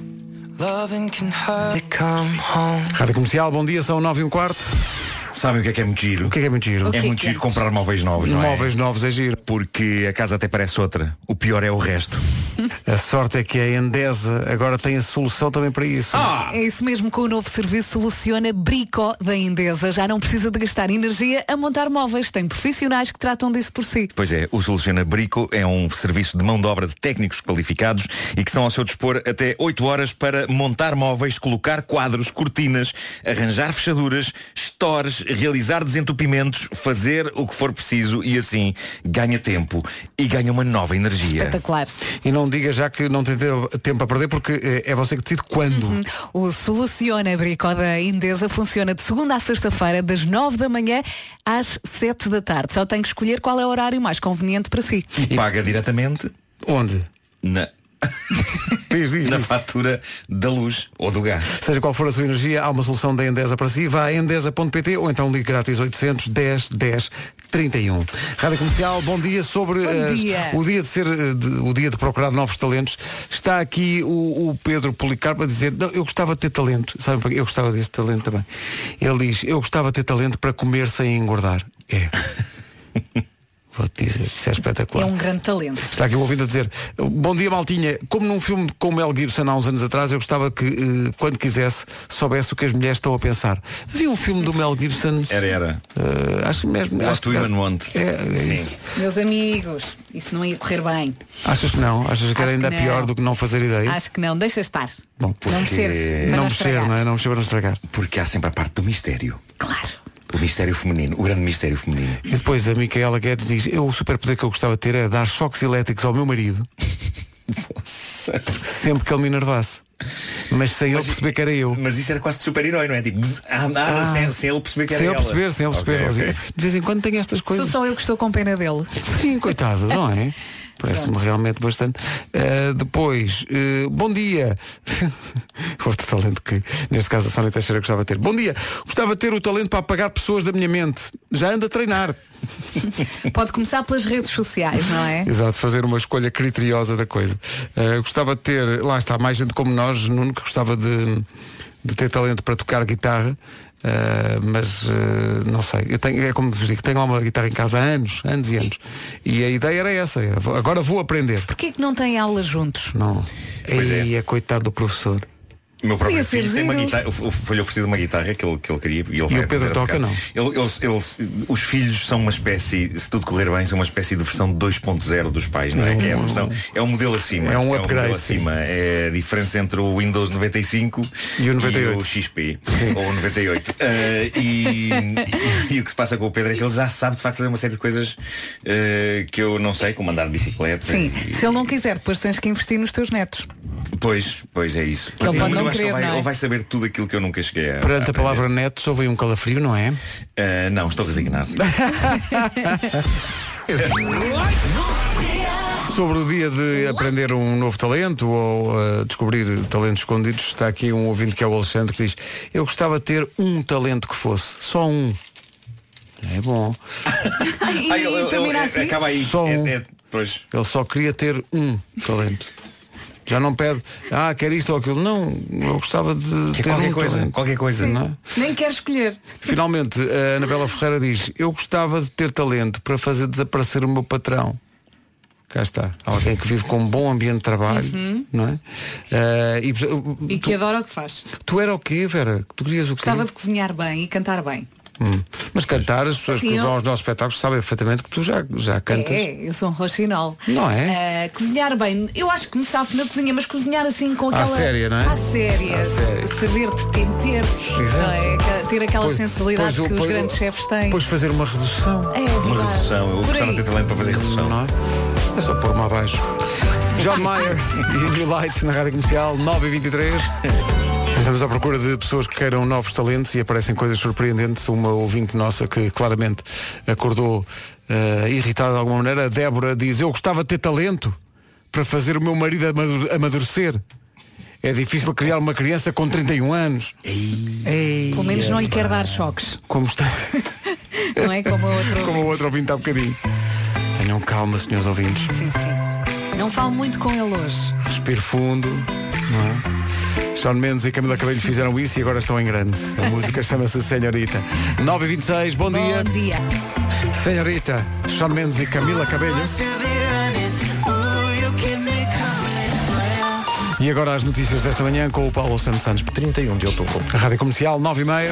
Rádio Comercial, bom dia, são 9h15. Sabem o que é muito giro? O que é muito giro? É muito giro comprar móveis novos, não é? Móveis novos é giro. Porque a casa até parece outra. O pior é o resto. A sorte é que a Endesa agora tem a solução também para isso. É isso mesmo, com o novo serviço Soluciona Brico da Endesa. Já não precisa de gastar energia a montar móveis. Tem profissionais que tratam disso por si. Pois é, o Soluciona Brico é um serviço de mão de obra de técnicos qualificados e que estão ao seu dispor até 8 horas para montar móveis, colocar quadros, cortinas, arranjar fechaduras, stores, realizar desentupimentos, fazer o que for preciso e assim ganha tempo e ganha uma nova energia. Espetacular. E não diga já que não tem tempo a perder, porque é você que decide quando. O Soluciona Brico da Endesa funciona de segunda a sexta-feira, das 9 da manhã às 7 da tarde. Só tem que escolher qual é o horário mais conveniente para si. E paga diretamente onde? Na fatura da luz ou do gás. Seja qual for a sua energia, há uma solução da Endesa para si. Vá a endesa.pt ou então ligue grátis 800 10 10 31. Rádio Comercial, bom dia. Sobre o dia de ser o dia de procurar novos talentos. Está aqui o Pedro Policarpo a dizer: não, eu gostava de ter talento. Sabem para quê? Eu gostava desse talento também. Ele diz: eu gostava de ter talento para comer sem engordar. É. Vou-te dizer, isso é espetacular. É um grande talento. Está aqui o ouvindo a dizer: bom dia, maltinha. Como num filme com Mel Gibson há uns anos atrás, eu gostava que, quando quisesse, soubesse o que as mulheres estão a pensar. Havia um filme do Mel Gibson. Era. Acho que mesmo. What Women Want. Sim. Isso. Meus amigos, isso não ia correr bem. Achas que não? Achas que era ainda pior do que não fazer ideia? Acho que não, deixa estar. Bom, não mexer, não mexer, não é? Não mexer para não estragar. Porque há sempre a parte do mistério. Claro. O mistério feminino, o grande mistério feminino. E depois a Micaela Guedes diz: o superpoder que eu gostava de ter é dar choques elétricos ao meu marido sempre que ele me enervasse. Mas sem ele perceber que era eu. Mas isso era quase de super-herói, não é? Tipo, sem ele perceber que era ela. Sem ele perceber. Okay. De vez em quando tem estas coisas. Sou só eu que estou com pena dele. Sim, coitado, não é? Parece-me realmente bastante. Depois, bom dia. Outro talento que, neste caso, a Sónia Teixeira gostava de ter. Bom dia. Gostava de ter o talento para apagar pessoas da minha mente. Já ando a treinar. Pode começar pelas redes sociais, não é? Exato, fazer uma escolha criteriosa da coisa. Gostava de ter, lá está, mais gente como nós, nunca gostava de ter talento para tocar guitarra. Mas não sei, é como vos digo, tenho lá uma guitarra em casa há anos e anos, e a ideia era essa, agora vou aprender. Porquê que não têm aulas juntos? Não, é coitado do professor. O meu próprio filho tem uma guitarra, foi-lhe oferecido uma guitarra que ele queria e o Pedro toca, não? Os filhos são uma espécie, se tudo correr bem, são uma espécie de versão 2.0 dos pais, não é? Que é a versão, é um modelo acima. É um upgrade. Modelo acima. É a diferença entre o Windows 95 e o 98. E o XP, ou o 98. E o que se passa com o Pedro é que ele já sabe de facto fazer uma série de coisas que eu não sei, como andar de bicicleta. Sim, se ele não quiser, depois tens que investir nos teus netos. Pois é isso. Ele pode não querer, ele vai saber tudo aquilo que eu nunca cheguei a Perante a palavra neto, só veio um calafrio, não é? Não, estou resignado. Sobre o dia de aprender um novo talento ou descobrir talentos escondidos, está aqui um ouvinte que é o Alexandre, que diz: eu gostava de ter um talento que fosse, só um. É bom. Acaba aí. Só um. Ele só queria ter um talento. Já não pede, quer isto ou aquilo. Não, eu gostava de ter qualquer coisa. Não é? Nem quero escolher. Finalmente, a Anabela Ferreira diz: eu gostava de ter talento para fazer desaparecer o meu patrão. Cá está, alguém que vive com um bom ambiente de trabalho, não é? E que adora o que faz. Tu era o quê, Vera? Tu querias o quê? Gostava de cozinhar bem e cantar bem. Mas cantar, as pessoas que vão aos nossos espetáculos sabem perfeitamente que tu já cantas. Eu sou um roxinol. Não é? Cozinhar bem, eu acho que me safo na cozinha, mas cozinhar assim com aquela... À séria, não é? À séria. Saber de temperos, não é? Ter aquela sensibilidade que os grandes chefes têm. Depois fazer uma redução. Uma redução, eu gostava de ter talento para fazer redução. Não é? É só pôr-me abaixo. John Mayer e New Lights na Rádio Comercial, 9h23. Estamos à procura de pessoas que queiram novos talentos e aparecem coisas surpreendentes. Uma ouvinte nossa que claramente acordou irritada de alguma maneira, a Débora, diz: eu gostava de ter talento para fazer o meu marido amadurecer. É difícil criar uma criança com 31 anos. Pelo menos não lhe quer dar choques. Como está? Não é como o outro ouvinte há bocadinho. Tenham calma, senhores ouvintes. Sim. Não falo muito com ele hoje. Respire fundo, não é? Shawn Mendes e Camila Cabello fizeram isso e agora estão em grande. A música chama-se Senhorita. 9h26, bom dia. Bom dia. Senhorita, Shawn Mendes e Camila Cabello. E agora as notícias desta manhã com o Paulo Santos Santos. 31 de outubro. A Rádio Comercial, 9h30.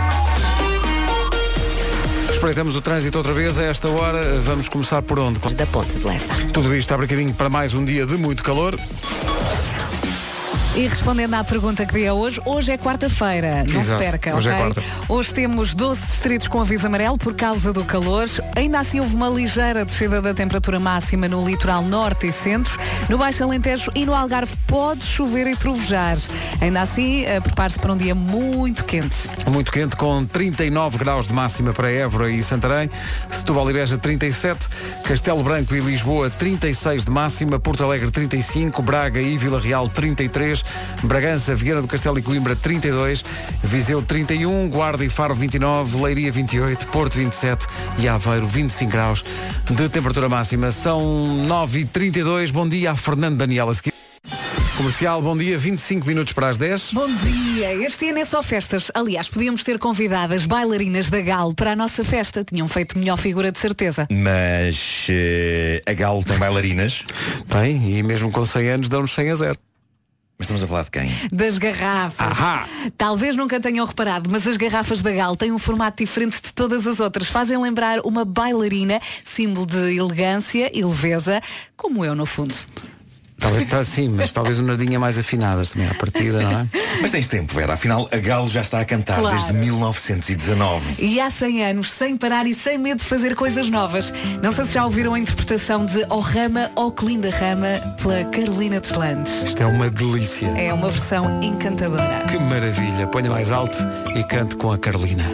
Espreitamos o trânsito outra vez a esta hora. Vamos começar por onde? Da Ponte de Lessa. Tudo isto está brinquedinho para mais um dia de muito calor. E respondendo à pergunta que dia é hoje é quarta-feira, não Exato, se perca, hoje ok? é quarta. Hoje temos 12 distritos com aviso amarelo por causa do calor. Ainda assim houve uma ligeira descida da temperatura máxima no litoral norte e centro. No Baixo Alentejo e no Algarve pode chover e trovejar. Ainda assim, prepare-se para um dia muito quente. Muito quente, com 39 graus de máxima para Évora e Santarém, Setúbal e Beja 37, Castelo Branco e Lisboa 36 de máxima, Porto Alegre 35, Braga e Vila Real 33, Bragança, Viana do Castelo e Coimbra 32, Viseu 31, Guarda e Faro 29, Leiria 28, Porto 27 e Aveiro 25 graus de temperatura máxima. São 9h32, bom dia a Fernando Daniel a seguir. Comercial, bom dia, 25 minutos para as 10. Bom dia, este ano é só festas. Aliás, podíamos ter convidado as bailarinas da Galo para a nossa festa. Tinham feito melhor figura de certeza. Mas a Galo tem bailarinas? Tem, e mesmo com 100 anos dão-nos 100-0. Mas estamos a falar de quem? Das garrafas. Ahá. Talvez nunca tenham reparado, mas as garrafas da Galo têm um formato diferente de todas as outras. Fazem lembrar uma bailarina, símbolo de elegância e leveza, como eu no fundo. Talvez está assim, mas talvez uma nadinha mais afinadas também à partida, não é? Mas tens tempo, Vera, afinal a Galo já está a cantar Claro. desde 1919. E há 100 anos, sem parar e sem medo de fazer coisas novas. Não sei se já ouviram a interpretação de Oh Rama, oh que linda rama, pela Carolina Deslandes. Isto é uma delícia. É uma versão encantadora. Que maravilha. Ponha mais alto e cante com a Carolina.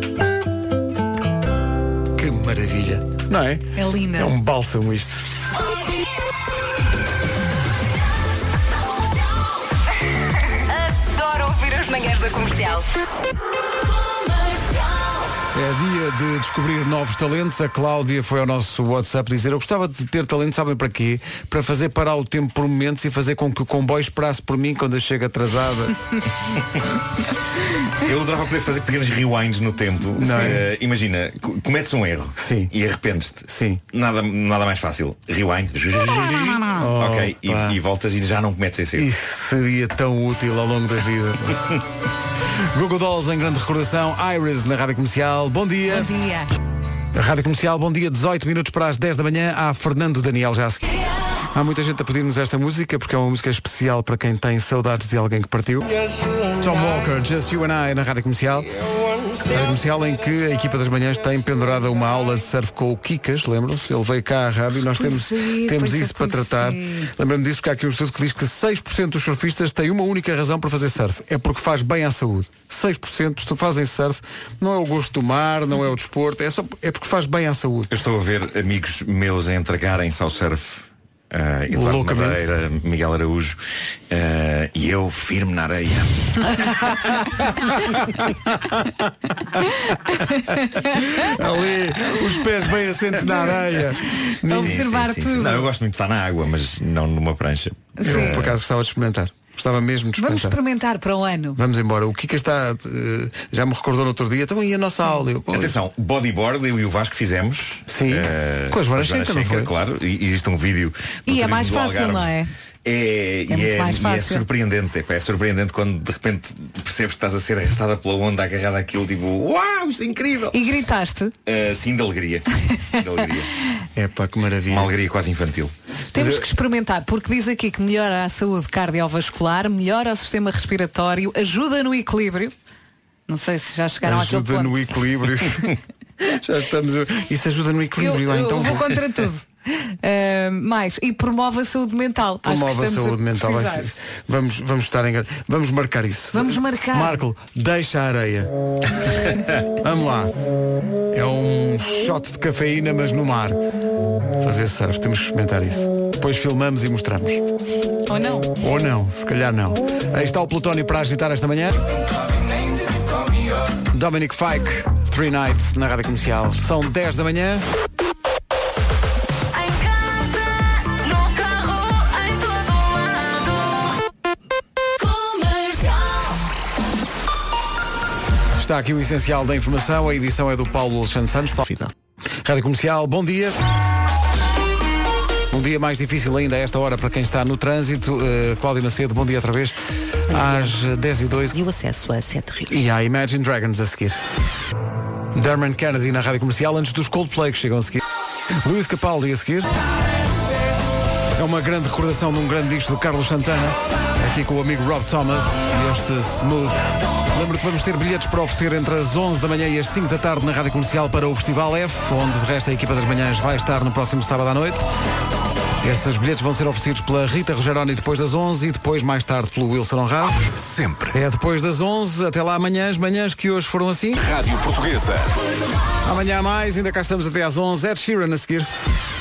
Que maravilha. Não é? É linda. É um bálsamo isto. Adoro ouvir as manhãs da Comercial. É dia de descobrir novos talentos. A Cláudia foi ao nosso WhatsApp dizer: eu gostava de ter talento, sabem para quê? Para fazer parar o tempo por momentos e fazer com que o comboio esperasse por mim quando eu chego atrasada. Eu adorava poder fazer pequenos rewinds no tempo. Não é? Imagina, cometes um erro. Sim. E arrependes-te. Sim. Nada mais fácil. Rewind. Ok. E voltas e já não cometes esse erro. Isso seria tão útil ao longo da vida. Google Dolls em grande recordação. Iris na Rádio Comercial. Bom dia. Bom dia. Rádio Comercial, bom dia. 18 minutos para as 10 da manhã. Há Fernando Daniel já a seguir. Há muita gente a pedir-nos esta música porque é uma música especial para quem tem saudades de alguém que partiu. Tom Walker, Just You and I na Rádio Comercial. Rádio Comercial em que a equipa das manhãs tem pendurada uma aula de surf com o Kikas, lembram-se? Ele veio cá à rádio e nós temos isso para tratar. Lembro-me disso porque há aqui um estudo que diz que 6% dos surfistas têm uma única razão para fazer surf. É porque faz bem à saúde. 6% fazem surf. Não é o gosto do mar, não é o desporto, é porque faz bem à saúde. Eu estou a ver amigos meus a entregarem-se ao surf. Eduardo Madeira, Miguel Araújo, e eu firme na areia. Ali, os pés bem assentes na areia. Observar tudo. Não, eu gosto muito de estar na água, mas não numa prancha. Eu, por acaso, gostava de experimentar. Gostava mesmo de Vamos experimentar. experimentar para o ano. Vamos embora. O Kika está, já me recordou no outro dia, então e a nossa aula? Atenção, bodyboard, eu e o Vasco fizemos. Sim, com as Joana Checa, não foi? Claro, e existe um vídeo. E é mais fácil, Algarve. não é? É surpreendente. É surpreendente quando de repente percebes que estás a ser arrastada pela onda, agarrada àquilo, tipo, uau, isto é incrível. E gritaste? Sim, de alegria. É pá, que maravilha. Uma alegria quase infantil. Temos que experimentar, porque diz aqui que melhora a saúde cardiovascular, melhora o sistema respiratório, ajuda no equilíbrio. Não sei se já chegaram àquele ponto. Ajuda no equilíbrio. Já estamos. Isso ajuda no equilíbrio. Eu então vou contra tudo. Mais, e promove a saúde mental. Promove a saúde mental. Vamos estar em. Vamos marcar isso. Vamos marcar. Marco, deixa a areia. Vamos lá. É um shot de cafeína, mas no mar. Fazer surf, temos que experimentar isso. Depois filmamos e mostramos. Ou não? Ou não, se calhar não. Aí está o Plutónio para agitar esta manhã. Dominic Fike, 3 Nights na Rádio Comercial. São 10 da manhã. Está aqui o essencial da informação. A edição é do Paulo Alexandre Santos. Rádio Comercial, bom dia. Um dia mais difícil ainda a esta hora para quem está no trânsito. Cláudio Macedo, bom dia outra vez. Às 10h02. E o acesso a Sete Rios. E há Imagine Dragons a seguir. Dermot Kennedy na Rádio Comercial, antes dos Coldplay que chegam a seguir. Luís Capaldi a seguir. É uma grande recordação de um grande disco de Carlos Santana, aqui com o amigo Rob Thomas e este Smooth. Lembro que vamos ter bilhetes para oferecer entre as 11 da manhã e as 5 da tarde na Rádio Comercial para o Festival F, onde de resto a equipa das manhãs vai estar no próximo sábado à noite. Esses bilhetes vão ser oferecidos pela Rita Rogeroni depois das 11 e depois mais tarde pelo Wilson Honrado. Sempre. É depois das 11, até lá amanhã, as manhãs que hoje foram assim. Rádio Portuguesa. Amanhã mais, ainda cá estamos até às 11. Ed Sheeran a seguir.